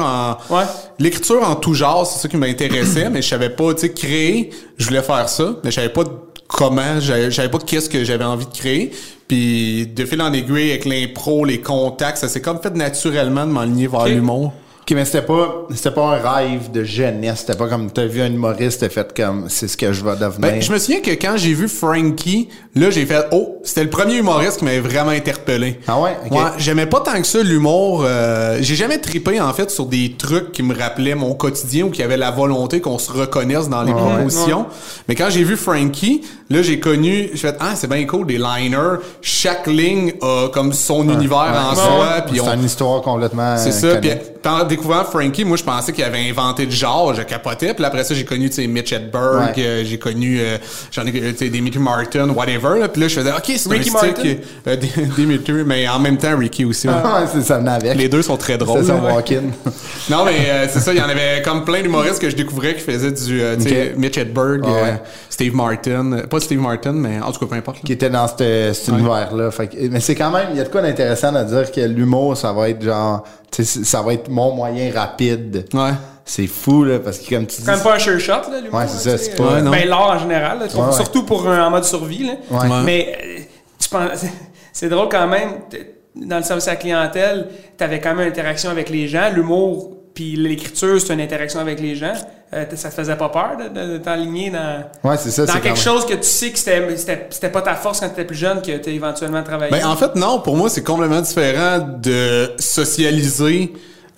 [SPEAKER 6] en tout genre, c'est ça qui m'intéressait, mais je savais pas, tu sais, créer, je voulais faire ça, mais je savais pas comment, je savais pas qu'est-ce que j'avais envie de créer, puis de fil en aiguille avec l'impro, les contacts, ça s'est comme fait naturellement de m'enligner vers l'humour.
[SPEAKER 4] OK, mais c'était pas un rêve de jeunesse. C'était pas comme t'as vu un humoriste, t'as fait comme c'est ce que je vais devenir.
[SPEAKER 6] Ben, je me souviens que quand j'ai vu Frankie, là, j'ai fait c'était le premier humoriste qui m'avait vraiment interpellé.
[SPEAKER 4] Ah ouais? OK.
[SPEAKER 6] Ouais, j'aimais pas tant que ça l'humour. J'ai jamais trippé, en fait, sur des trucs qui me rappelaient mon quotidien ou qui avaient la volonté qu'on se reconnaisse dans les propositions. Ouais. Mais quand j'ai vu Frankie, là, j'ai fait c'est bien cool, des liners. Chaque ligne a comme son univers en soi. Puis
[SPEAKER 4] c'est une histoire complètement...
[SPEAKER 6] C'est ça. Puis en découvrant Frankie, moi, je pensais qu'il avait inventé le genre. Je capotais. Puis après ça, j'ai connu, tu sais, Mitch Hedberg. J'ai connu, j'en ai, tu sais, Dimitri Martin, whatever. Là. Puis là, je faisais, OK, c'est
[SPEAKER 5] Ricky
[SPEAKER 6] un style Dimitri, mais en même temps, Ricky aussi. Ouais.
[SPEAKER 4] c'est ça, venait avec.
[SPEAKER 6] Les deux sont très drôles.
[SPEAKER 4] C'est son walk-in.
[SPEAKER 6] Non, mais c'est ça. Il y en avait comme plein d'humoristes que je découvrais qui faisaient du, tu sais, Mitch Hedberg, Steve Martin. Pas Steve Martin, mais en tout cas, peu importe. Là.
[SPEAKER 4] Qui était dans cet univers-là. Fait que, mais c'est quand même, il y a de quoi d'intéressant à dire que l'humour, ça va être genre, tu sais, ça va être mon moyen rapide.
[SPEAKER 6] Ouais.
[SPEAKER 4] C'est fou, là, parce que comme tu dis...
[SPEAKER 5] C'est quand même pas un sure shot, là, l'humour.
[SPEAKER 4] Ouais, c'est ça, c'est pas...
[SPEAKER 5] Ben, l'art en général, là, surtout pour en mode survie, là.
[SPEAKER 4] Ouais.
[SPEAKER 5] Mais, tu penses... C'est drôle quand même. dans le service à la clientèle, t'avais quand même une interaction avec les gens. L'humour puis l'écriture, c'est une interaction avec les gens. Ça te faisait pas peur de t'enligner dans quelque chose que tu sais que c'était pas ta force quand tu étais plus jeune que tu as éventuellement travaillé?
[SPEAKER 6] Ben, en fait, non. Pour moi, c'est complètement différent de socialiser,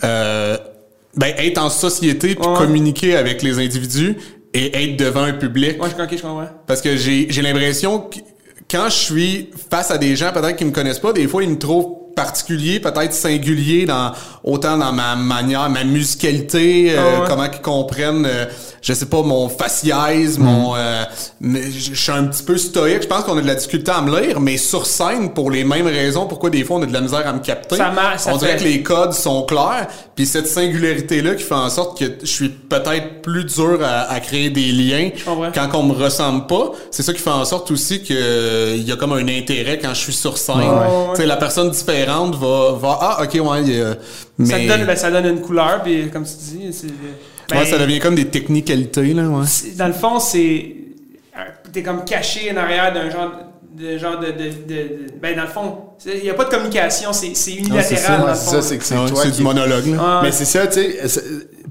[SPEAKER 6] être en société puis communiquer avec les individus et être devant un public.
[SPEAKER 5] Ouais, je comprends.
[SPEAKER 6] Parce que j'ai l'impression que quand je suis face à des gens peut-être qui me connaissent pas, des fois, ils me trouvent particulier, peut-être singulier autant dans ma manière, ma musicalité, comment qu'ils comprennent, je sais pas, mon faciès, je suis un petit peu stoïque. Je pense qu'on a de la difficulté à me lire, mais sur scène, pour les mêmes raisons, pourquoi des fois on a de la misère à me capter. On dirait que les codes sont clairs, puis cette singularité-là qui fait en sorte que je suis peut-être plus dur à créer des liens quand on me ressemble pas. C'est ça qui fait en sorte aussi que il y a comme un intérêt quand je suis sur scène. Tu sais, la personne différente va ok, mais...
[SPEAKER 5] ça donne une couleur, puis comme tu dis,
[SPEAKER 6] ça devient comme des technicalités, là, ouais.
[SPEAKER 5] Dans le fond, t'es comme caché en arrière d'un genre dans le fond, il n'y a pas de communication, c'est unilatéral.
[SPEAKER 4] Non, c'est ça, c'est que c'est toi
[SPEAKER 6] c'est du monologue, là.
[SPEAKER 4] Mais c'est ça, tu sais,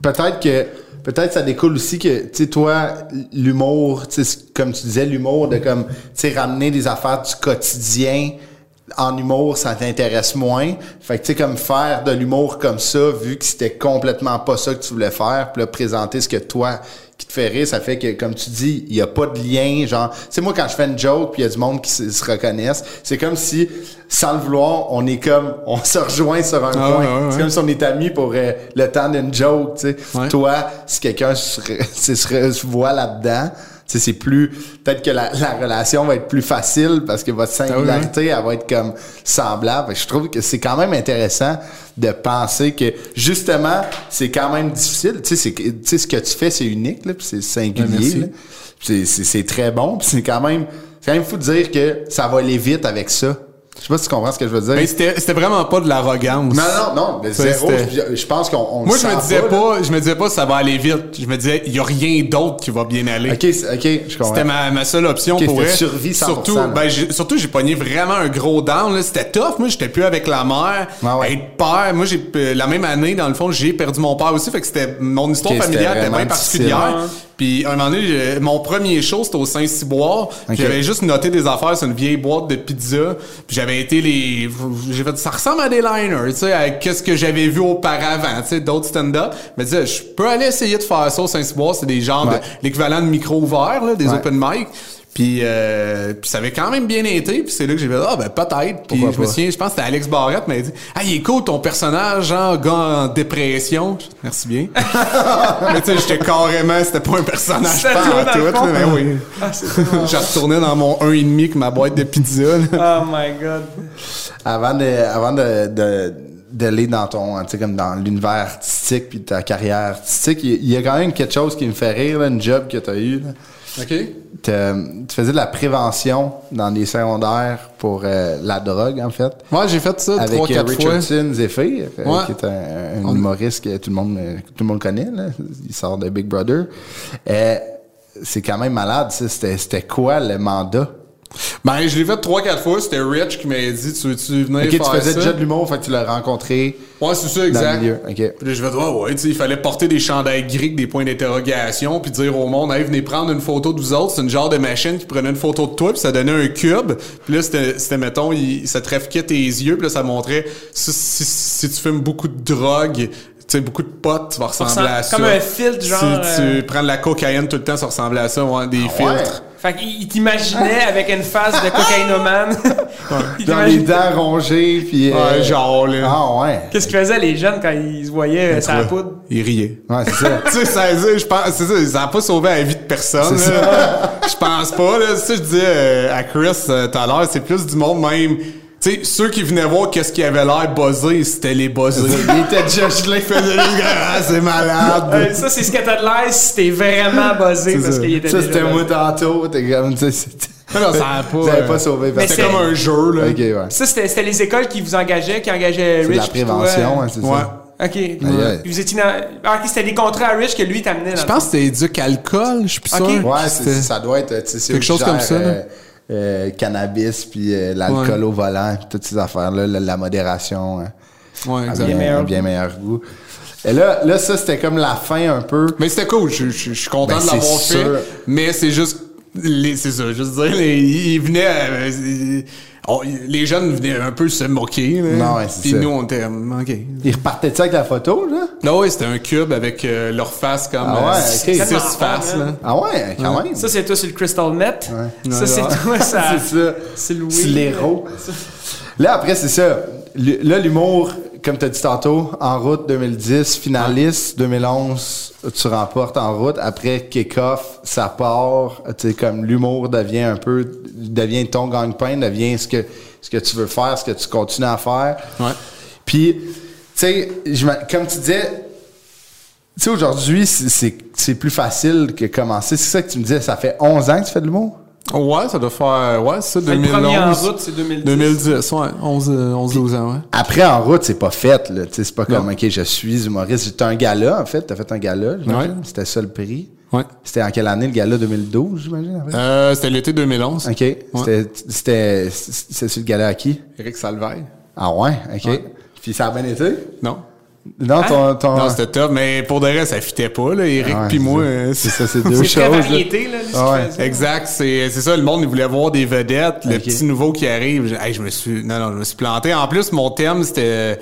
[SPEAKER 4] peut-être ça découle aussi que, tu sais, toi, l'humour, tu sais, comme tu disais, l'humour de comme, tu sais, ramener des affaires du quotidien en humour, ça t'intéresse moins. Fait que, tu sais, comme faire de l'humour comme ça, vu que c'était complètement pas ça que tu voulais faire, puis là, présenter ce que toi, qui te fait rire, ça fait que, comme tu dis, il y a pas de lien, genre, tu sais, moi, quand je fais une joke, puis il y a du monde qui se reconnaissent, c'est comme si, sans le vouloir, on se rejoint sur un point. Ouais. C'est comme si on est amis pour le temps d'une joke, tu sais. Ouais. Toi, si quelqu'un se voit là-dedans, tu sais, c'est plus, peut-être que la relation va être plus facile parce que votre singularité, elle va être comme semblable. Je trouve que c'est quand même intéressant de penser que, justement, c'est quand même difficile. Tu sais, ce que tu fais, c'est unique, là, puis c'est singulier, là. C'est très bon, puis c'est quand même fou de dire que ça va aller vite avec ça. Je sais pas si tu comprends ce que je veux dire.
[SPEAKER 6] Mais c'était vraiment pas de l'arrogance.
[SPEAKER 4] Non, mais zéro. Je pense qu'on
[SPEAKER 6] moi, je me disais pas ça va aller vite. Je me disais, il y a rien d'autre qui va bien aller.
[SPEAKER 4] OK, je comprends.
[SPEAKER 6] C'était ma seule option pour elle.
[SPEAKER 4] Survie
[SPEAKER 6] 100%. Surtout, j'ai pogné vraiment un gros down, là. C'était tough. Moi, j'étais plus avec la mère. Être père. Moi, la même année, dans le fond, j'ai perdu mon père aussi. Fait que c'était, mon histoire familiale était bien particulière. Puis, un moment donné, mon premier show, c'était au Saint-Cyboire. J'avais juste noté des affaires sur une vieille boîte de pizza. Puis, j'avais été j'ai fait, ça ressemble à des liners, tu sais, avec qu'est-ce que j'avais vu auparavant, tu sais, d'autres stand-up. Mais tu sais, je peux aller essayer de faire ça au Saint-Cyboire. C'est des genres l'équivalent de micro ouvert, là, des open mic. Puis ça avait quand même bien été. Puis c'est là que j'ai fait, peut-être. Puis je me souviens, je pense que c'était Alex Barrette m'a dit, il est cool ton personnage, genre, gars en dépression. Merci bien. Mais tu sais, j'étais carrément, c'était pas un personnage pas tout, mais oui. J'ai retourné dans mon 1,5 avec ma boîte de pizza, là.
[SPEAKER 5] Oh my God.
[SPEAKER 4] Avant d'aller dans ton, tu sais, comme dans l'univers artistique puis ta carrière artistique, il y a quand même quelque chose qui me fait rire, là, une job que t'as eu, là.
[SPEAKER 6] OK.
[SPEAKER 4] Tu faisais de la prévention dans les secondaires pour la drogue, en fait.
[SPEAKER 6] Ouais, j'ai fait ça 3-4 fois.
[SPEAKER 4] Avec Richardson Zephyr, qui est un humoriste que tout le monde connaît, là. Il sort de Big Brother. C'est quand même malade, ça. C'était quoi le mandat?
[SPEAKER 6] Ben, je l'ai fait 3-4 fois. C'était Rich qui m'a dit, tu veux-tu venir faire ça?
[SPEAKER 4] Tu faisais déjà de l'humour, fait que tu l'as rencontré.
[SPEAKER 6] Ouais, c'est ça, exact.
[SPEAKER 4] Dans le milieu. Okay.
[SPEAKER 6] Puis là, je vais tu sais, il fallait porter des chandails gris avec des points d'interrogation, puis dire au monde, venez prendre une photo de vous autres. C'est une genre de machine qui prenait une photo de toi, puis ça donnait un cube. Puis là, c'était mettons, ça trafiquait tes yeux, puis là, ça montrait si tu fumes beaucoup de drogue, tu sais, beaucoup de potes, tu vas ressembler à ça.
[SPEAKER 5] Comme un filtre, genre.
[SPEAKER 6] Si tu prends de la cocaïne tout le temps, ça ressemblait à ça, des filtres.
[SPEAKER 5] Fait qu'il t'imaginait avec une face de cocaïnomane.
[SPEAKER 4] Dans les dents rongées, puis...
[SPEAKER 6] genre, là.
[SPEAKER 4] Ah, ouais.
[SPEAKER 5] Qu'est-ce qu'ils faisaient, les jeunes, quand ils se voyaient sa poudre?
[SPEAKER 6] Ils riaient.
[SPEAKER 4] Ouais, c'est ça.
[SPEAKER 6] Tu sais, je pense, c'est ça, ça n'a pas sauvé la vie de personne. Je pense pas, là. C'est ça que je disais à Chris tout à l'heure, c'est plus du monde même... Tu sais, ceux qui venaient voir qu'est-ce qui avait l'air buzzé, c'était les buzzés.
[SPEAKER 4] Ils étaient déjà gelés, c'est malade.
[SPEAKER 5] Ça, c'est ce que t'as de l'air si t'es vraiment buzzé parce qu'il était déjà.
[SPEAKER 4] Ça, c'était moi tantôt. T'es comme, tu sais,
[SPEAKER 6] non, ça n'a pas.
[SPEAKER 4] Vous n'avez pas sauvé.
[SPEAKER 6] C'était comme un jeu, là.
[SPEAKER 4] Okay, ouais.
[SPEAKER 5] Ça, c'était les écoles qui vous engageaient, qui engageaient Rich.
[SPEAKER 4] C'est la prévention, c'est ça.
[SPEAKER 5] OK. Puis vous étiez dans... OK, c'était des contrats à Rich que lui t'amenait.
[SPEAKER 6] Je pense que c'était éduc alcool, je suis plus sûr.
[SPEAKER 4] Ouais, ça doit être...
[SPEAKER 6] quelque chose comme ça, là.
[SPEAKER 4] cannabis, puis l'alcool au volant, puis toutes ces affaires-là, la modération bien meilleur goût. Et là, ça, c'était comme la fin un peu.
[SPEAKER 6] Mais c'était cool, je suis content de l'avoir fait, mais c'est juste... c'est ça, juste dire, ils venaient... les jeunes venaient un peu se moquer.
[SPEAKER 4] Non, ouais, c'est
[SPEAKER 6] puis
[SPEAKER 4] ça.
[SPEAKER 6] nous, on était... OK.
[SPEAKER 4] Ils repartaient de ça avec la photo, là?
[SPEAKER 6] Non, oui, c'était un cube avec leur face comme...
[SPEAKER 4] OK.
[SPEAKER 6] 6 faces, là.
[SPEAKER 4] Ah ouais, quand même.
[SPEAKER 5] Ça, c'est toi sur le Crystal Met.
[SPEAKER 4] Ouais.
[SPEAKER 5] Ça, c'est toi, ça...
[SPEAKER 4] c'est ça.
[SPEAKER 5] C'est Louis.
[SPEAKER 4] C'est l'héros. Là, après, c'est ça. Là, l'humour, comme tu as dit tantôt, En route 2010, finaliste 2011, tu remportes En route. Après, kick-off, ça part. Tu sais, comme l'humour devient ton gagne-pain, devient ce que tu veux faire, ce que tu continues à faire.
[SPEAKER 6] Ouais.
[SPEAKER 4] Puis, tu sais, comme tu disais, tu sais, aujourd'hui, c'est plus facile que commencer. C'est ça que tu me disais, ça fait 11 ans que tu fais de l'humour?
[SPEAKER 6] Ouais, ça doit faire... Ouais, c'est ça, 2011.
[SPEAKER 5] Le premier En route, c'est 2010.
[SPEAKER 6] 2010, ouais. 11-12 ans, ouais.
[SPEAKER 4] Après, En route, c'est pas fait, là. Tu sais, c'est pas comme, OK, je suis humoriste. T'as un gala, en fait. T'as fait un gala, j'imagine. Ouais. C'était ça le prix.
[SPEAKER 6] Ouais.
[SPEAKER 4] C'était en quelle année, le gala? 2012, j'imagine?
[SPEAKER 6] C'était l'été 2011.
[SPEAKER 4] OK. Ouais. C'était sur le gala à qui?
[SPEAKER 6] Éric Salvaille.
[SPEAKER 4] Ah ouais? OK. Ouais. Puis ça a bien été?
[SPEAKER 6] Non.
[SPEAKER 4] Non,
[SPEAKER 6] Non, c'était top, mais pour de vrai, ça fitait pas, là. Éric pis moi.
[SPEAKER 4] C'est ça, c'est deux choses.
[SPEAKER 5] C'est très variété, là.
[SPEAKER 6] Exact, c'est ça, le monde, il voulait voir des vedettes, le petit nouveau qui arrive. Je me suis planté. En plus, mon thème, c'était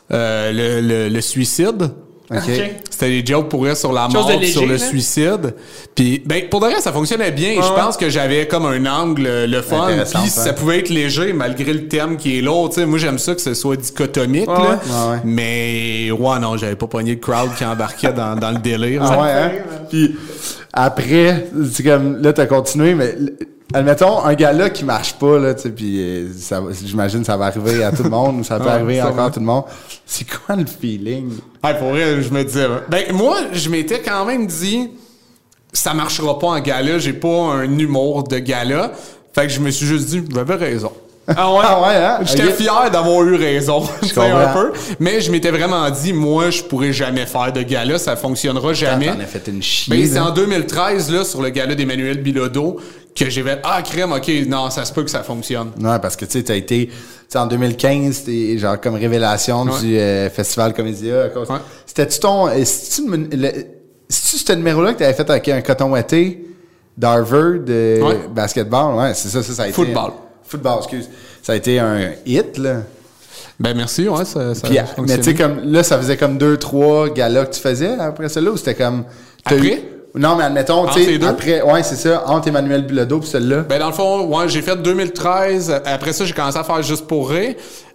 [SPEAKER 6] le suicide.
[SPEAKER 4] Okay.
[SPEAKER 6] C'était des jokes pour rire sur la mort, léger, sur le suicide. Puis, pour de vrai, ça fonctionnait bien. Je pense que j'avais comme un angle, le fun. Puis ça pouvait être léger, malgré le thème qui est lourd. T'sais, moi, j'aime ça que ce soit dichotomique. Là. Mais, non, j'avais pas pogné le crowd qui embarquait dans le délire.
[SPEAKER 4] Puis après, c'est comme, là, t'as continué, mais... Admettons, un gars-là qui marche pas, là, tu sais, puis j'imagine ça va arriver à tout le monde, ou ça peut arriver encore à tout le monde. C'est quoi le feeling?
[SPEAKER 6] Pour vrai, je me disais... moi, je m'étais quand même dit, ça marchera pas en gala, j'ai pas un humour de gala. Fait que je me suis juste dit, vous avez raison.
[SPEAKER 5] Ah ouais?
[SPEAKER 4] Hein?
[SPEAKER 6] J'étais fier d'avoir eu raison, un peu. Mais je m'étais vraiment dit, moi, je pourrais jamais faire de gala, ça fonctionnera jamais.
[SPEAKER 4] T'en as fait une chier.
[SPEAKER 6] C'est en 2013, là, sur le gala d'Emmanuel Bilodeau, que j'ai fait, crème, OK, non, ça se peut que ça fonctionne.
[SPEAKER 4] Ouais, parce que, tu sais, t'as été, en 2015, t'es genre comme révélation du Festival Comédia. C'était-tu c'est-tu ce numéro-là que t'avais fait avec un coton ouaté d'Harvard, basketball? Ouais, c'est ça, ça a été... Football, excuse. Ça a été un hit, là.
[SPEAKER 6] Merci, ouais, ça
[SPEAKER 4] mais tu sais, comme, là, ça faisait comme 2-3 galas que tu faisais après celle-là, ou c'était comme...
[SPEAKER 6] Après?
[SPEAKER 4] Non, mais admettons, tu sais, après, c'est ça, entre Emmanuel Bilodeau pis celle-là.
[SPEAKER 6] Dans le fond, j'ai fait 2013. Après ça, j'ai commencé à faire Juste pour rire.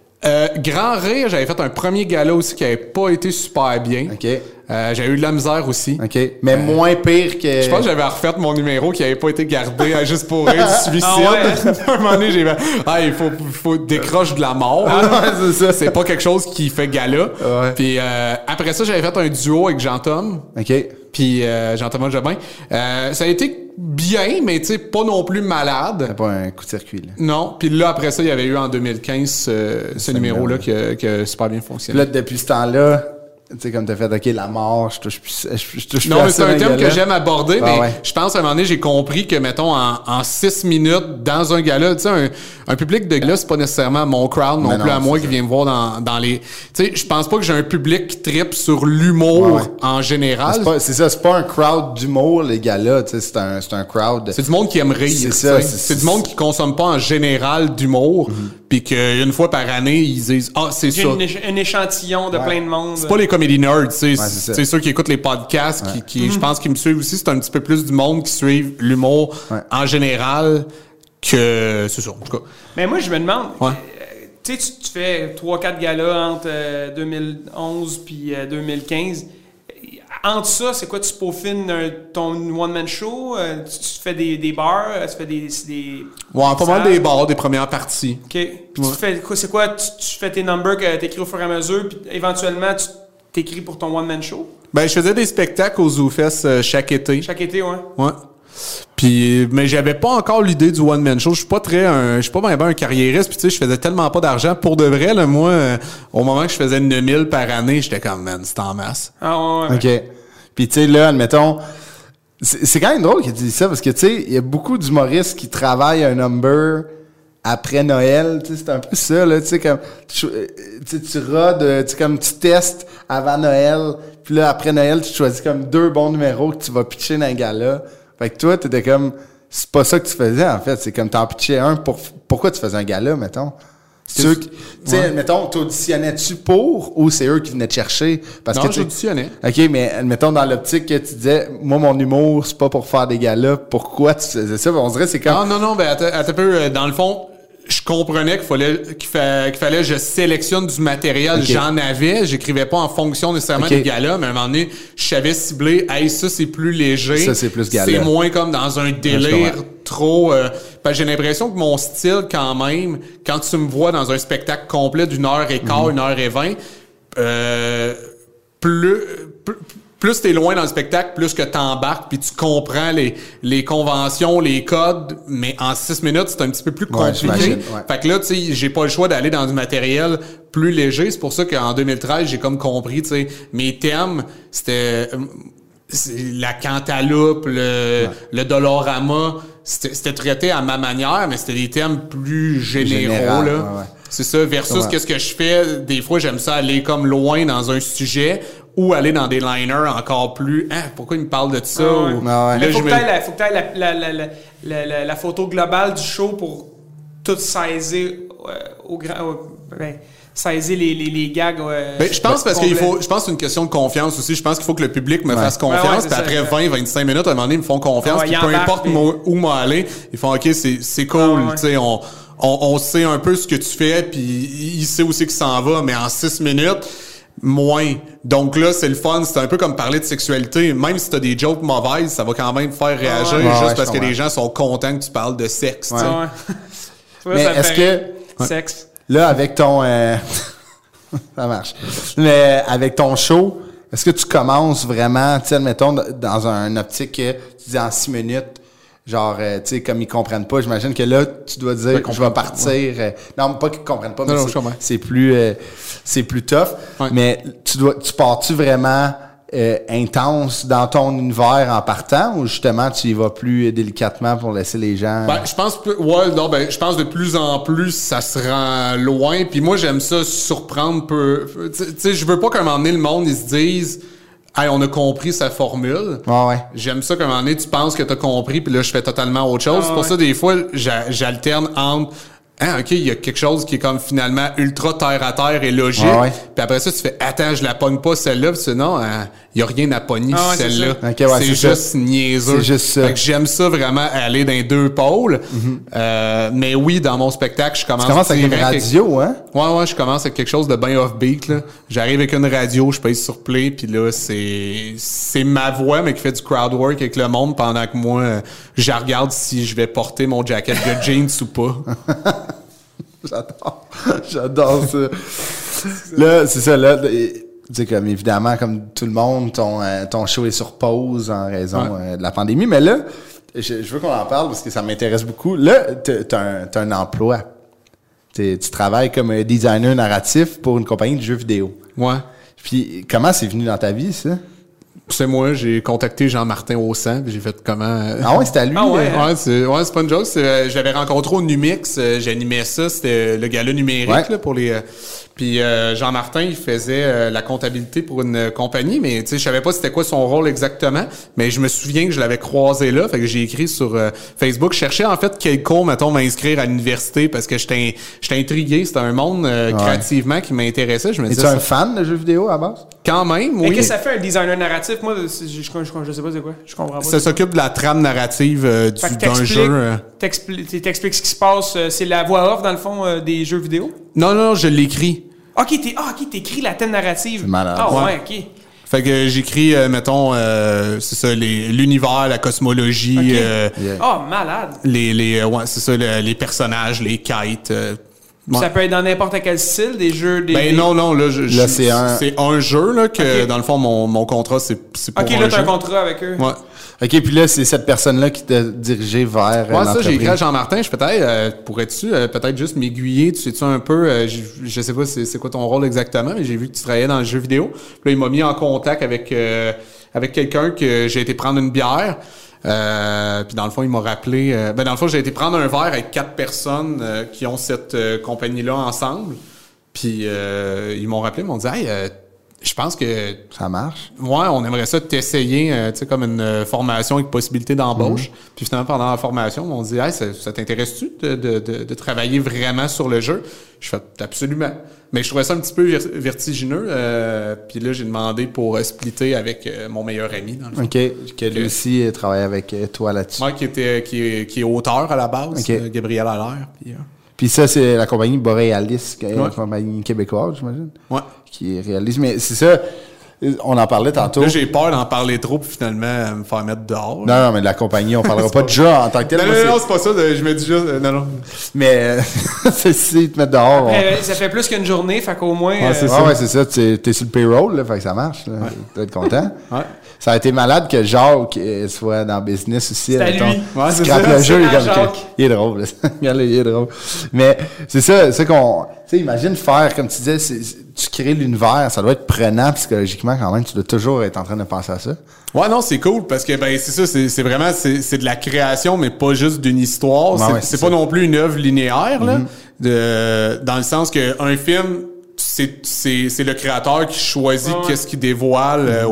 [SPEAKER 6] Grand Rire, j'avais fait un premier gala aussi qui avait pas été super bien.
[SPEAKER 4] OK.
[SPEAKER 6] J'avais eu de la misère aussi.
[SPEAKER 4] OK. Mais moins pire que...
[SPEAKER 6] Je pense que j'avais refait mon numéro qui avait pas été gardé à Juste pour rire du suicide. À un moment donné, j'ai fait, il faut décroche de la mort.
[SPEAKER 4] C'est ça.
[SPEAKER 6] C'est pas quelque chose qui fait gala. Puis après ça, j'avais fait un duo avec Jean-Tom.
[SPEAKER 4] OK.
[SPEAKER 6] Puis Jean-Thomas Jobin. Ça a été bien, mais tu sais, pas non plus malade.
[SPEAKER 4] C'est pas un coup de circuit, là.
[SPEAKER 6] Non. Puis là, après ça, il y avait eu en 2015 ce numéro-là qui a super bien fonctionné.
[SPEAKER 4] Là, depuis ce temps-là, tu sais, comme t'as fait, OK, la mort, je touche plus.
[SPEAKER 6] Non, mais c'est un thème que j'aime aborder, mais je pense à un moment donné, j'ai compris que, mettons, en 6 minutes, dans un gala, tu sais, un public de gala, c'est pas nécessairement mon crowd non plus à moi qui vient me voir dans les... Tu sais, je pense pas que j'ai un public qui trippe sur l'humour en général.
[SPEAKER 4] C'est ça, c'est pas un crowd d'humour, les galas, tu sais, c'est un crowd...
[SPEAKER 6] C'est du monde qui aime rire.
[SPEAKER 4] C'est ça.
[SPEAKER 6] C'est du monde qui consomme pas en général d'humour, puis qu'une fois par année, ils disent « c'est ça ».
[SPEAKER 5] Un échantillon de plein de monde.
[SPEAKER 6] C'est pas les comedy nerds, tu sais. C'est ceux qui écoutent les podcasts, qui je pense qu'ils me suivent aussi. C'est un petit peu plus du monde qui suivent l'humour en général que... C'est ça, en tout cas.
[SPEAKER 5] Mais moi, je me demande... Tu sais, tu fais 3-4 galas entre 2011 puis 2015. Entre ça, c'est quoi? Tu peaufines ton one-man show? Tu fais des bars? Tu fais des
[SPEAKER 6] pas mal des bars, des premières parties.
[SPEAKER 5] OK. Puis tu fais quoi? C'est quoi? Tu fais tes numbers que t'écris au fur et à mesure, puis éventuellement, tu t'écris pour ton one-man show?
[SPEAKER 6] Je faisais des spectacles au ZooFest chaque été.
[SPEAKER 5] Chaque été, ouais.
[SPEAKER 6] Ouais. Puis, mais j'avais pas encore l'idée du one-man show. Je suis pas bien un carriériste. Puis tu sais, je faisais tellement pas d'argent. Pour de vrai, là, moi, au moment que je faisais 9000 par année, j'étais comme, man, c'est en masse.
[SPEAKER 5] Ah ouais.
[SPEAKER 4] OK. Puis tu sais, là, admettons, C'est quand même drôle que tu dis ça, parce que, tu sais, il y a beaucoup d'humoristes qui travaillent un number après Noël, tu sais, c'est un peu ça, là, tu sais, comme, tu rodes, tu sais, comme tu testes avant Noël, puis là, après Noël, tu choisis comme 2 bons numéros que tu vas pitcher dans un gala. Fait que toi, t'étais comme, c'est pas ça que tu faisais, en fait, c'est comme t'en pitchais un pourquoi tu faisais un gala, mettons? Tu sais, mettons, t'auditionnais-tu pour, ou c'est eux qui venaient te chercher? Parce
[SPEAKER 6] non,
[SPEAKER 4] que
[SPEAKER 6] j'auditionnais.
[SPEAKER 4] OK, mais mettons dans l'optique que tu disais, moi, mon humour, c'est pas pour faire des galas, pourquoi tu faisais ça? On dirait c'est comme...
[SPEAKER 6] Non, ben, attends un peu, dans le fond, je comprenais qu'il fallait que je sélectionne du matériel. Okay. J'en avais. J'écrivais pas en fonction nécessairement des galas, mais à un moment donné, je savais cibler, hey, ça, c'est plus léger.
[SPEAKER 4] Ça, c'est plus gala.
[SPEAKER 6] C'est moins comme dans un délire trop, parce que j'ai l'impression que mon style, quand même, quand tu me vois dans un spectacle complet d'1h15, 1h20, plus t'es loin dans le spectacle, plus que t'embarques, puis tu comprends les conventions, les codes, mais en 6 minutes, c'est un petit peu plus compliqué. Fait que là, tu sais, j'ai pas le choix d'aller dans du matériel plus léger. C'est pour ça qu'en 2013, j'ai comme compris, tu sais, mes thèmes, c'était la cantaloupe, le Dolorama, c'était traité à ma manière, mais c'était des thèmes plus généraux, là. Ouais. C'est ça, versus qu'est-ce que je fais, des fois, j'aime ça aller comme loin dans un sujet, ou aller dans des liners encore plus pourquoi il me parle de ça
[SPEAKER 5] là, faut que t'ailles la photo globale du show pour tout saisir saisir les gags.
[SPEAKER 6] Je pense parce qu'il faut, je pense que c'est une question de confiance aussi. Je pense qu'il faut que le public me fasse confiance. Puis après 20-25 minutes, à un moment donné, ils me font confiance. Puis peu importe où m'en aller, ils font OK, c'est cool. Tu sais, on sait un peu ce que tu fais, puis il sait où c'est qu'il s'en va, mais en 6 minutes. Moins. Donc là, c'est le fun. C'est un peu comme parler de sexualité. Même si t'as des jokes mauvaises, ça va quand même faire réagir juste parce que les gens sont contents que tu parles de sexe.
[SPEAKER 4] Mais est-ce que...
[SPEAKER 5] Sexe.
[SPEAKER 4] Là, avec ton... ça marche. Mais avec ton show, est-ce que tu commences vraiment, tu sais, admettons, dans un optique que tu dis en 6 minutes, genre, tu sais, comme ils comprennent pas, j'imagine que là, tu dois dire, je vais partir. Non, pas qu'ils comprennent pas, mais c'est plus tough. Ouais. Mais tu pars-tu vraiment intense dans ton univers en partant, ou justement tu y vas plus délicatement pour laisser les gens?
[SPEAKER 6] Je pense je pense de plus en plus ça se rend loin. Puis moi, j'aime ça surprendre peu. Tu sais, je veux pas qu'à un moment donné, le monde, ils se disent, hey, on a compris sa formule. J'aime ça qu'à un moment donné, tu penses que t'as compris, puis là, je fais totalement autre chose. C'est pour ça, des fois, j'alterne entre OK, il y a quelque chose qui est comme finalement ultra terre-à-terre et logique. Puis après ça, tu fais, attends, je la pogne pas celle-là. Puis sinon, il y a rien à pogner sur celle-là. C'est juste niaiseux. C'est juste ça. Fait que j'aime ça vraiment aller dans les deux pôles. Mais oui, dans mon spectacle, je commence...
[SPEAKER 4] Tu commences avec une radio, hein?
[SPEAKER 6] Ouais, je commence avec quelque chose de bien off-beat, là. J'arrive avec une radio, je pèse sur play, puis là, c'est ma voix, mais qui fait du crowd work avec le monde pendant que moi, je regarde si je vais porter mon jacket de jeans ou pas.
[SPEAKER 4] J'adore ça. Là, c'est ça, là, tu sais, comme évidemment, comme tout le monde, ton show est sur pause en raison de la pandémie, mais là, je veux qu'on en parle parce que ça m'intéresse beaucoup. Là, t'as un emploi. Tu travailles comme designer narratif pour une compagnie de jeux vidéo.
[SPEAKER 6] Ouais.
[SPEAKER 4] Puis, comment c'est venu dans ta vie, ça?
[SPEAKER 6] C'est moi, j'ai contacté Jean-Martin Haussan, puis j'ai fait comment...
[SPEAKER 4] Ah ouais, c'était à lui?
[SPEAKER 6] C'est pas une joke. Je l'avais rencontré au Numix, j'animais ça, c'était le gala numérique là, pour les... Puis Jean-Martin, il faisait la comptabilité pour une compagnie, mais tu sais, je savais pas c'était quoi son rôle exactement, mais je me souviens que je l'avais croisé là, fait que j'ai écrit sur Facebook. Je cherchais en fait quel cours, mettons, m'inscrire à l'université parce que j'étais intrigué. C'était un monde créativement qui m'intéressait. Je me disais,
[SPEAKER 4] es-tu un fan de jeux vidéo à base?
[SPEAKER 6] Quand même, oui.
[SPEAKER 5] Et qu'est-ce que ça fait un designer narratif? Moi, je sais pas c'est quoi. Je comprends pas.
[SPEAKER 6] Ça s'occupe de la trame narrative d'un jeu.
[SPEAKER 5] T'expliques ce qui se passe. C'est la voix off, dans le fond, des jeux vidéo?
[SPEAKER 6] Non, je l'écris.
[SPEAKER 5] OK, t'écris la thème narrative.
[SPEAKER 4] C'est malade.
[SPEAKER 5] OK.
[SPEAKER 6] Fait que j'écris, mettons, c'est ça, l'univers, la cosmologie.
[SPEAKER 5] Malade.
[SPEAKER 6] C'est ça, les personnages, les quêtes.
[SPEAKER 5] Ça peut être dans n'importe quel style, des jeux...
[SPEAKER 6] Non, là,
[SPEAKER 4] c'est
[SPEAKER 6] un jeu, là, que dans le fond, mon contrat, c'est pour un jeu.
[SPEAKER 5] OK, là, t'as un contrat avec eux.
[SPEAKER 6] Ouais.
[SPEAKER 4] OK, puis là, c'est cette personne-là qui t'a dirigé vers l'entreprise.
[SPEAKER 6] Ça, j'ai écrit à Jean-Martin. Je pourrais-tu peut-être juste m'aiguiller? Tu sais-tu un peu, je sais pas c'est quoi ton rôle exactement, mais j'ai vu que tu travaillais dans le jeu vidéo. Puis là, il m'a mis en contact avec avec quelqu'un que j'ai été prendre une bière. Puis dans le fond, il m'a rappelé... dans le fond, j'ai été prendre un verre avec 4 personnes qui ont cette compagnie-là ensemble. Puis ils m'ont rappelé, ils m'ont dit « Hey, je pense que... »
[SPEAKER 4] Ça marche.
[SPEAKER 6] Ouais, on aimerait ça t'essayer, tu sais, comme une formation avec possibilité d'embauche. Puis finalement, pendant la formation, ils m'ont dit « Hey, ça t'intéresse-tu de travailler vraiment sur le jeu? » Je fais « Absolument. » Mais je trouvais ça un petit peu vertigineux. Puis là, j'ai demandé pour splitter avec mon meilleur ami, dans le fond.
[SPEAKER 4] OK. Que lui aussi travaille avec toi là-dessus.
[SPEAKER 6] Ouais, qui est auteur à la base, Gabriel Allaire.
[SPEAKER 4] Puis ça, c'est la compagnie Borealis, une compagnie québécoise, j'imagine.
[SPEAKER 6] Ouais.
[SPEAKER 4] Qui réalise. Mais c'est ça, on en parlait tantôt.
[SPEAKER 6] Là, j'ai peur d'en parler trop puis finalement me faire mettre dehors.
[SPEAKER 4] Non, mais de la compagnie, on parlera pas de jeu en tant que tel.
[SPEAKER 6] Non, c'est pas ça. Je me dis juste... Non.
[SPEAKER 4] Mais c'est si te mettre dehors.
[SPEAKER 5] Ça fait plus qu'une journée, fait qu'au moins...
[SPEAKER 4] c'est ça. T'es sur le payroll, là, fait que ça marche. Là. Tu dois être content.
[SPEAKER 6] Ouais.
[SPEAKER 4] Ça a été malade que Jacques soit dans le business aussi.
[SPEAKER 5] C'est à lui.
[SPEAKER 6] Ouais, c'est
[SPEAKER 4] ça. Le jeu, il est drôle. Regarde, il est drôle. Mais c'est ça, c'est qu'on... Tu sais, imagine faire, comme tu disais, tu crées l'univers, ça doit être prenant psychologiquement quand même. Tu dois toujours être en train de penser à ça.
[SPEAKER 6] Ouais, non, c'est cool parce que c'est ça, c'est vraiment c'est de la création, mais pas juste d'une histoire. C'est pas non plus une œuvre linéaire là, dans le sens que un film, c'est le créateur qui choisit qu'est-ce qu'il dévoile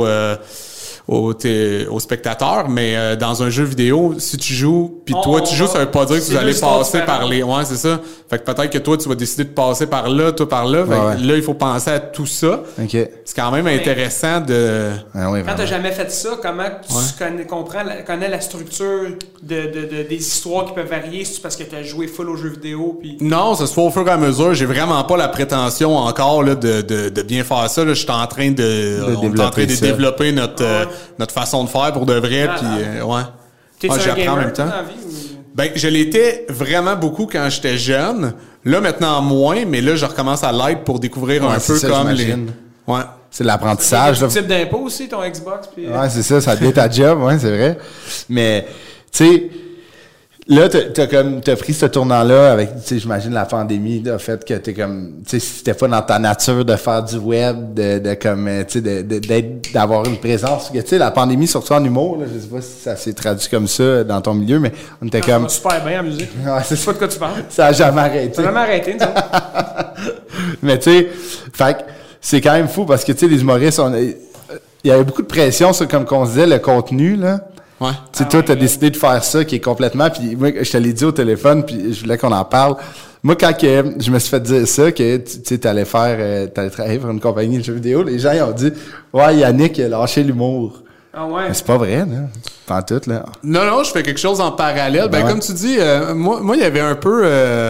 [SPEAKER 6] aux spectateurs, mais dans un jeu vidéo, si tu joues, puis toi tu joues, ça veut pas dire que vous allez passer par les... Ouais, c'est ça. Fait que peut-être que toi, tu vas décider de passer par là, toi par là. Là, il faut penser à tout ça.
[SPEAKER 4] Okay.
[SPEAKER 6] C'est quand même intéressant de...
[SPEAKER 5] Quand t'as jamais fait ça, comment tu connais la structure des histoires qui peuvent varier? C'est parce que t'as joué full aux jeux vidéo? Puis...
[SPEAKER 6] Non, ça se fait au fur et à mesure. J'ai vraiment pas la prétention encore là, de bien faire ça. Je suis en train de développer notre façon de faire pour de vrai. Puis j'apprends en même temps. Je l'étais vraiment beaucoup quand j'étais jeune. Là, maintenant, moins, mais là, je recommence à l'être pour découvrir un peu comme
[SPEAKER 4] j'imagine.
[SPEAKER 6] les... Ouais.
[SPEAKER 4] C'est l'apprentissage.
[SPEAKER 5] C'est un type d'impôt aussi, ton Xbox. Puis...
[SPEAKER 4] Ouais, c'est ça devient ta job, c'est vrai. Mais, tu sais, là, t'as pris ce tournant-là avec, tu sais, j'imagine la pandémie, le fait que t'es comme, tu sais, c'était pas dans ta nature de faire du web, tu sais, d'avoir une présence. Tu sais, la pandémie, surtout en humour, là, je sais pas si ça s'est traduit comme ça dans ton milieu, mais on était comme...
[SPEAKER 5] super bien en musique.
[SPEAKER 4] Ouais,
[SPEAKER 5] c'est pas de quoi tu parles.
[SPEAKER 4] Ça a jamais arrêté.
[SPEAKER 5] Ça a jamais arrêté, non?
[SPEAKER 4] Mais tu sais, fait que c'est quand même fou parce que, tu sais, les humoristes, il y avait beaucoup de pression sur, comme qu'on se disait, le contenu, là.
[SPEAKER 6] Ouais.
[SPEAKER 4] Tu sais, toi, t'as décidé de faire ça qui est complètement, puis moi, je te l'ai dit au téléphone, puis je voulais qu'on en parle. Moi, quand je me suis fait dire ça, que tu sais, t'allais travailler pour une compagnie de jeux vidéo, les gens, ils ont dit, ouais, Yannick, il a lâché l'humour.
[SPEAKER 5] Ah ouais?
[SPEAKER 4] Mais c'est pas vrai, là. Pas tout, là.
[SPEAKER 6] Non, je fais quelque chose en parallèle. Comme tu dis, moi, il y avait un peu...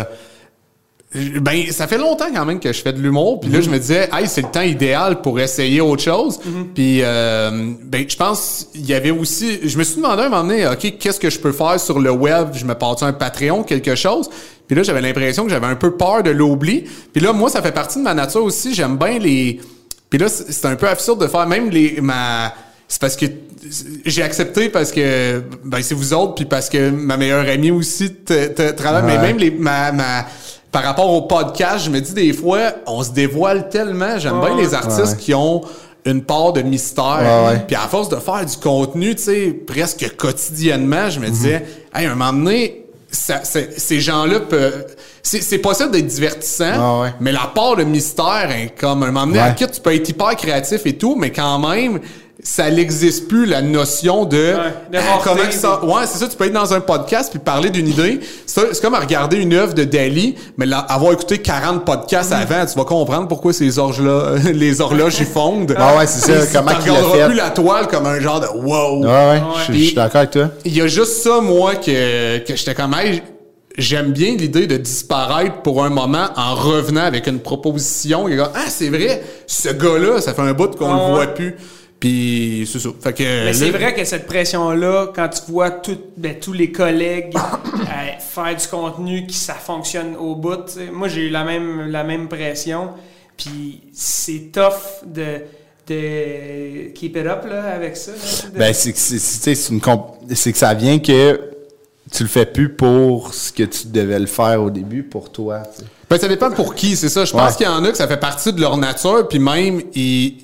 [SPEAKER 6] ça fait longtemps quand même que je fais de l'humour, puis là je me disais c'est le temps idéal pour essayer autre chose. Puis je pense il y avait aussi, je me suis demandé à un moment donné, OK, qu'est-ce que je peux faire sur le web? Je me porte un Patreon, quelque chose. Puis là j'avais l'impression que j'avais un peu peur de l'oubli. Puis là moi ça fait partie de ma nature aussi, j'aime bien les... Puis là c'est un peu absurde de faire même c'est parce que j'ai accepté parce que c'est vous autres, puis parce que ma meilleure amie aussi travaille, mais même par rapport au podcast, je me dis des fois, on se dévoile tellement. J'aime bien les artistes qui ont une part de mystère. Puis à force de faire du contenu, tu sais, presque quotidiennement, je me disais, à un moment donné, ces gens-là peuvent... C'est possible d'être divertissant, mais la part de mystère est comme un moment donné, à qui tu peux être hyper créatif et tout, mais quand même... ça n'existe plus la notion de comment ça. Ouais, c'est ça, tu peux être dans un podcast puis parler d'une idée. C'est comme à regarder une œuvre de Dali, mais avoir écouté 40 podcasts avant, tu vas comprendre pourquoi ces horloges les horloges y fondent.
[SPEAKER 4] Ouais, c'est ça, comment
[SPEAKER 6] tu regarderas plus la toile comme un genre de wow.
[SPEAKER 4] Je suis d'accord avec toi.
[SPEAKER 6] Il y a juste ça moi que j'étais comme j'aime bien l'idée de disparaître pour un moment en revenant avec une proposition. Il y a c'est vrai, ce gars-là, ça fait un bout qu'on le voit plus. Puis c'est ça. Fait que,
[SPEAKER 5] mais c'est vrai que cette pression-là, quand tu vois tous les collègues faire du contenu qui ça fonctionne au bout, t'sais. Moi j'ai eu la même pression. Puis c'est tough de keep it up là, avec ça. Là,
[SPEAKER 4] c'est que ça vient que tu le fais plus pour ce que tu devais le faire au début pour toi. T'sais.
[SPEAKER 6] Ça dépend pour qui, c'est ça. Je pense qu'il y en a que ça fait partie de leur nature, puis même ils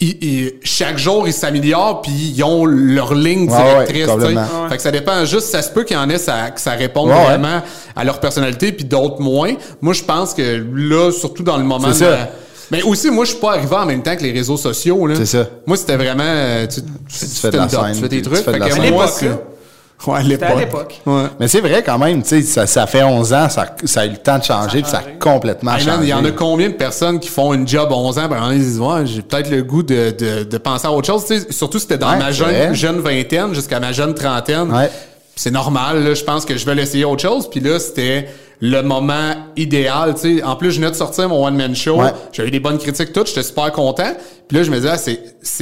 [SPEAKER 6] chaque jour, ils s'améliorent, puis ils ont leur ligne directrice. Fait que ça dépend juste, ça se peut qu'il y en ait que ça réponde vraiment à leur personnalité, puis d'autres moins. Moi, je pense que là, surtout dans le moment... Mais aussi, moi, je suis pas arrivé en même temps que les réseaux sociaux. Là.
[SPEAKER 4] C'est ça.
[SPEAKER 6] Moi, c'était vraiment... Tu
[SPEAKER 4] fais de la scène.
[SPEAKER 6] Tu fais tes trucs.
[SPEAKER 4] Fait
[SPEAKER 6] que moi, ouais, à l'époque. Ouais.
[SPEAKER 4] Mais c'est vrai quand même, tu sais, ça fait 11 ans, ça a eu le temps de changer, puis ça a complètement changé.
[SPEAKER 6] Il y en a combien de personnes qui font une job 11 ans, ben ils disent, ouais, j'ai peut-être le goût de penser à autre chose. Tu sais, surtout c'était dans ma jeune vingtaine jusqu'à ma jeune trentaine. Ouais. C'est normal, là, je pense que je vais essayer autre chose. Puis là, c'était le moment idéal, tu sais. En plus, je venais de sortir mon one-man show. Ouais. J'ai eu des bonnes critiques toutes, j'étais super content. Puis là, je me disais,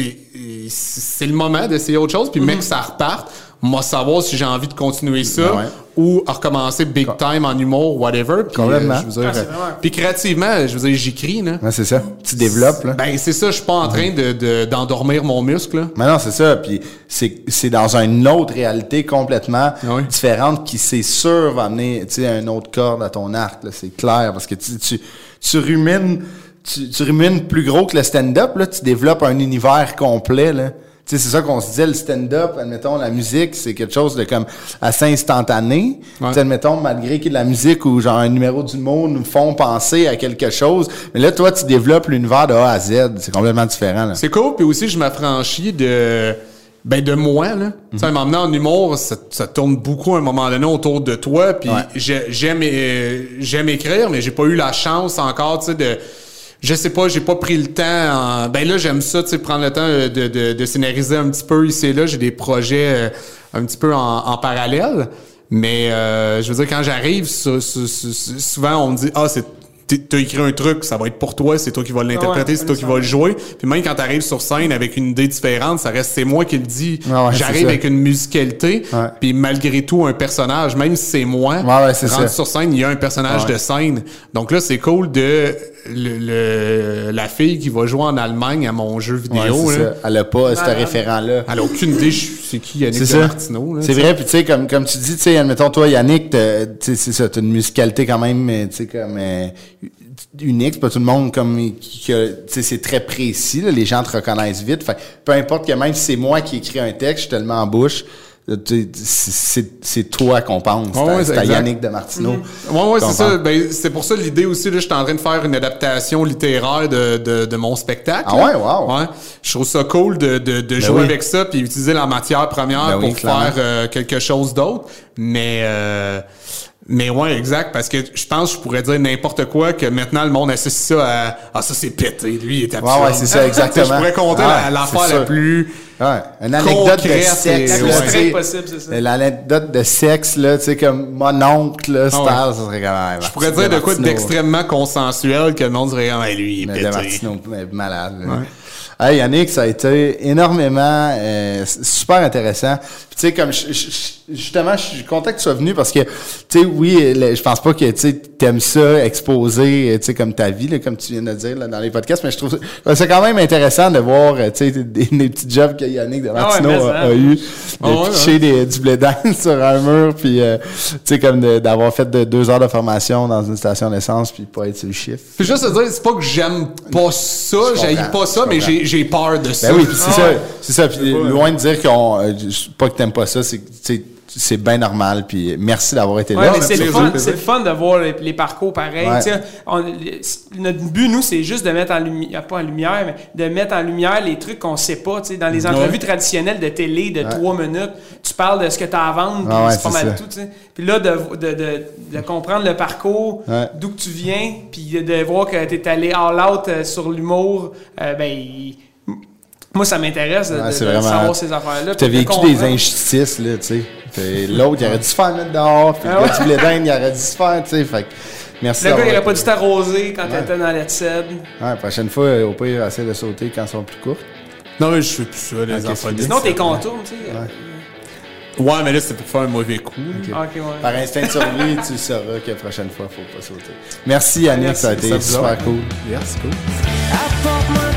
[SPEAKER 6] c'est le moment d'essayer autre chose. Puis mec, ça reparte. Moi, savoir si j'ai envie de continuer ça ou à recommencer big time en humour, whatever. Puis, puis créativement, je veux dire, j'écris, là.
[SPEAKER 4] Ouais, c'est ça. Tu développes, là.
[SPEAKER 6] Ben, c'est ça. Je suis pas en train d'endormir mon muscle, là.
[SPEAKER 4] Mais non, c'est ça. Puis c'est dans une autre réalité complètement différente qui, c'est sûr, va amener, tu sais, une autre corde à ton arc, là. C'est clair. Parce que tu rumines plus gros que le stand-up, là. Tu développes un univers complet, là. Tu sais, c'est ça qu'on se disait, le stand-up, admettons, la musique, c'est quelque chose de comme assez instantané. Ouais. Tu sais, admettons, malgré qu'il y ait de la musique ou genre un numéro d'humour nous font penser à quelque chose. Mais là, toi, tu développes l'univers de A à Z. C'est complètement différent, là.
[SPEAKER 6] C'est cool. Puis aussi, je m'affranchis de moi, là. Tu sais, m'emmener en humour, ça tourne beaucoup à un moment donné autour de toi. Puis j'aime écrire, mais j'ai pas eu la chance encore, tu sais, je sais pas, j'ai pas pris le temps. Ben là, j'aime ça, tu sais, prendre le temps de scénariser un petit peu ici et là. J'ai des projets un petit peu en parallèle. Mais je veux dire, quand j'arrive, souvent on me dit t'as écrit un truc, ça va être pour toi, c'est toi qui vas l'interpréter, c'est toi qui vas le jouer. Puis même quand t'arrives sur scène avec une idée différente, ça reste c'est moi qui le dis. J'arrive avec une musicalité, puis malgré tout un personnage, même si c'est moi, rendu sur scène, il y a un personnage de scène. Donc là, c'est cool de la fille qui va jouer en Allemagne à mon jeu vidéo. Là.
[SPEAKER 4] Elle a pas ce référent-là.
[SPEAKER 6] Elle a aucune idée c'est qui Yannick de Martineau. Là,
[SPEAKER 4] c'est vrai, puis tu sais, comme tu dis, tu sais, admettons, toi, Yannick, c'est ça, t'as une musicalité quand même, tu sais, comme unique, c'est pas tout le monde comme tu sais, c'est très précis, là, les gens te reconnaissent vite. Fait peu importe que même si c'est moi qui écris un texte, je suis tellement en bouche. C'est toi qu'on pense. C'est à Yannick de Martineau.
[SPEAKER 6] C'est ça. Ben, c'est pour ça l'idée aussi, là, je suis en train de faire une adaptation littéraire de mon spectacle.
[SPEAKER 4] Ah ouais, wow.
[SPEAKER 6] Ouais. Je trouve ça cool de jouer avec ça puis utiliser la matière première pour faire quelque chose d'autre. Mais ouais, exact, parce que je pense que je pourrais dire n'importe quoi que maintenant le monde associe ça à ça c'est pété, lui il est absurde.
[SPEAKER 4] Ouais, c'est ça, exactement.
[SPEAKER 6] Je pourrais compter l'affaire la plus
[SPEAKER 4] une anecdote de sexe,
[SPEAKER 5] la plus possible, c'est ça.
[SPEAKER 4] L'anecdote de sexe là, tu sais comme mon oncle là, ça serait quand même.
[SPEAKER 6] Je pourrais dire de quoi d'extrêmement consensuel que le monde dirait lui il est pété.
[SPEAKER 4] De Martineau, malade. Hey Yannick, ça a été énormément super intéressant. Puis tu sais comme justement, je suis content que tu sois venu parce que tu sais oui, je pense pas que tu t'aimes ça exposer tu sais comme ta vie là, comme tu viens de dire là, dans les podcasts, mais je trouve c'est quand même intéressant de voir tu sais des petits jobs que Yannick de Martineau a eu de pitcher du blé d'Inde sur un mur puis tu sais comme d'avoir fait 2 heures de formation dans une station d'essence puis pas être sur le chiffre.
[SPEAKER 6] Puis juste te dire, c'est pas que j'aime pas ça, j'haïs pas ça, mais j'ai peur de ça.
[SPEAKER 4] Ben oui, c'est ça. Puis loin de dire pas que t'aimes pas ça, c'est bien normal. Puis merci d'avoir été là.
[SPEAKER 5] Mais c'est le fun de voir les parcours pareils. Notre but, nous, c'est juste de mettre pas en lumière, mais de mettre en lumière les trucs qu'on sait pas. Dans les entrevues traditionnelles de télé de 3 minutes, tu parles de ce que tu as à vendre, puis c'est pas mal tout. T'sais. Puis là, de comprendre le parcours, d'où que tu viens, puis de voir que tu es allé all out sur l'humour, moi, ça m'intéresse de savoir ces affaires-là.
[SPEAKER 4] Tu as vécu des injustices, là, tu sais. L'autre, il aurait dû se faire mettre dehors, puis le gars du blé d'Inde, il aurait dû se faire, tu sais. Fait que merci.
[SPEAKER 5] Le gars, il aurait pas dû t'arroser quand t'étais dans la TSED.
[SPEAKER 4] Ouais, prochaine fois, au pire, essaie de sauter quand ils sont plus courts.
[SPEAKER 6] Non, mais je fais plus ça, les enfants.
[SPEAKER 5] Sinon, t'es contournes, tu sais.
[SPEAKER 6] Ouais, mais là, c'est pour faire un mauvais coup.
[SPEAKER 5] Okay,
[SPEAKER 4] Par instinct de survie, tu sauras que la prochaine fois, il ne faut pas sauter. Merci, Yannick, ça a été super cool.
[SPEAKER 6] Merci, cool.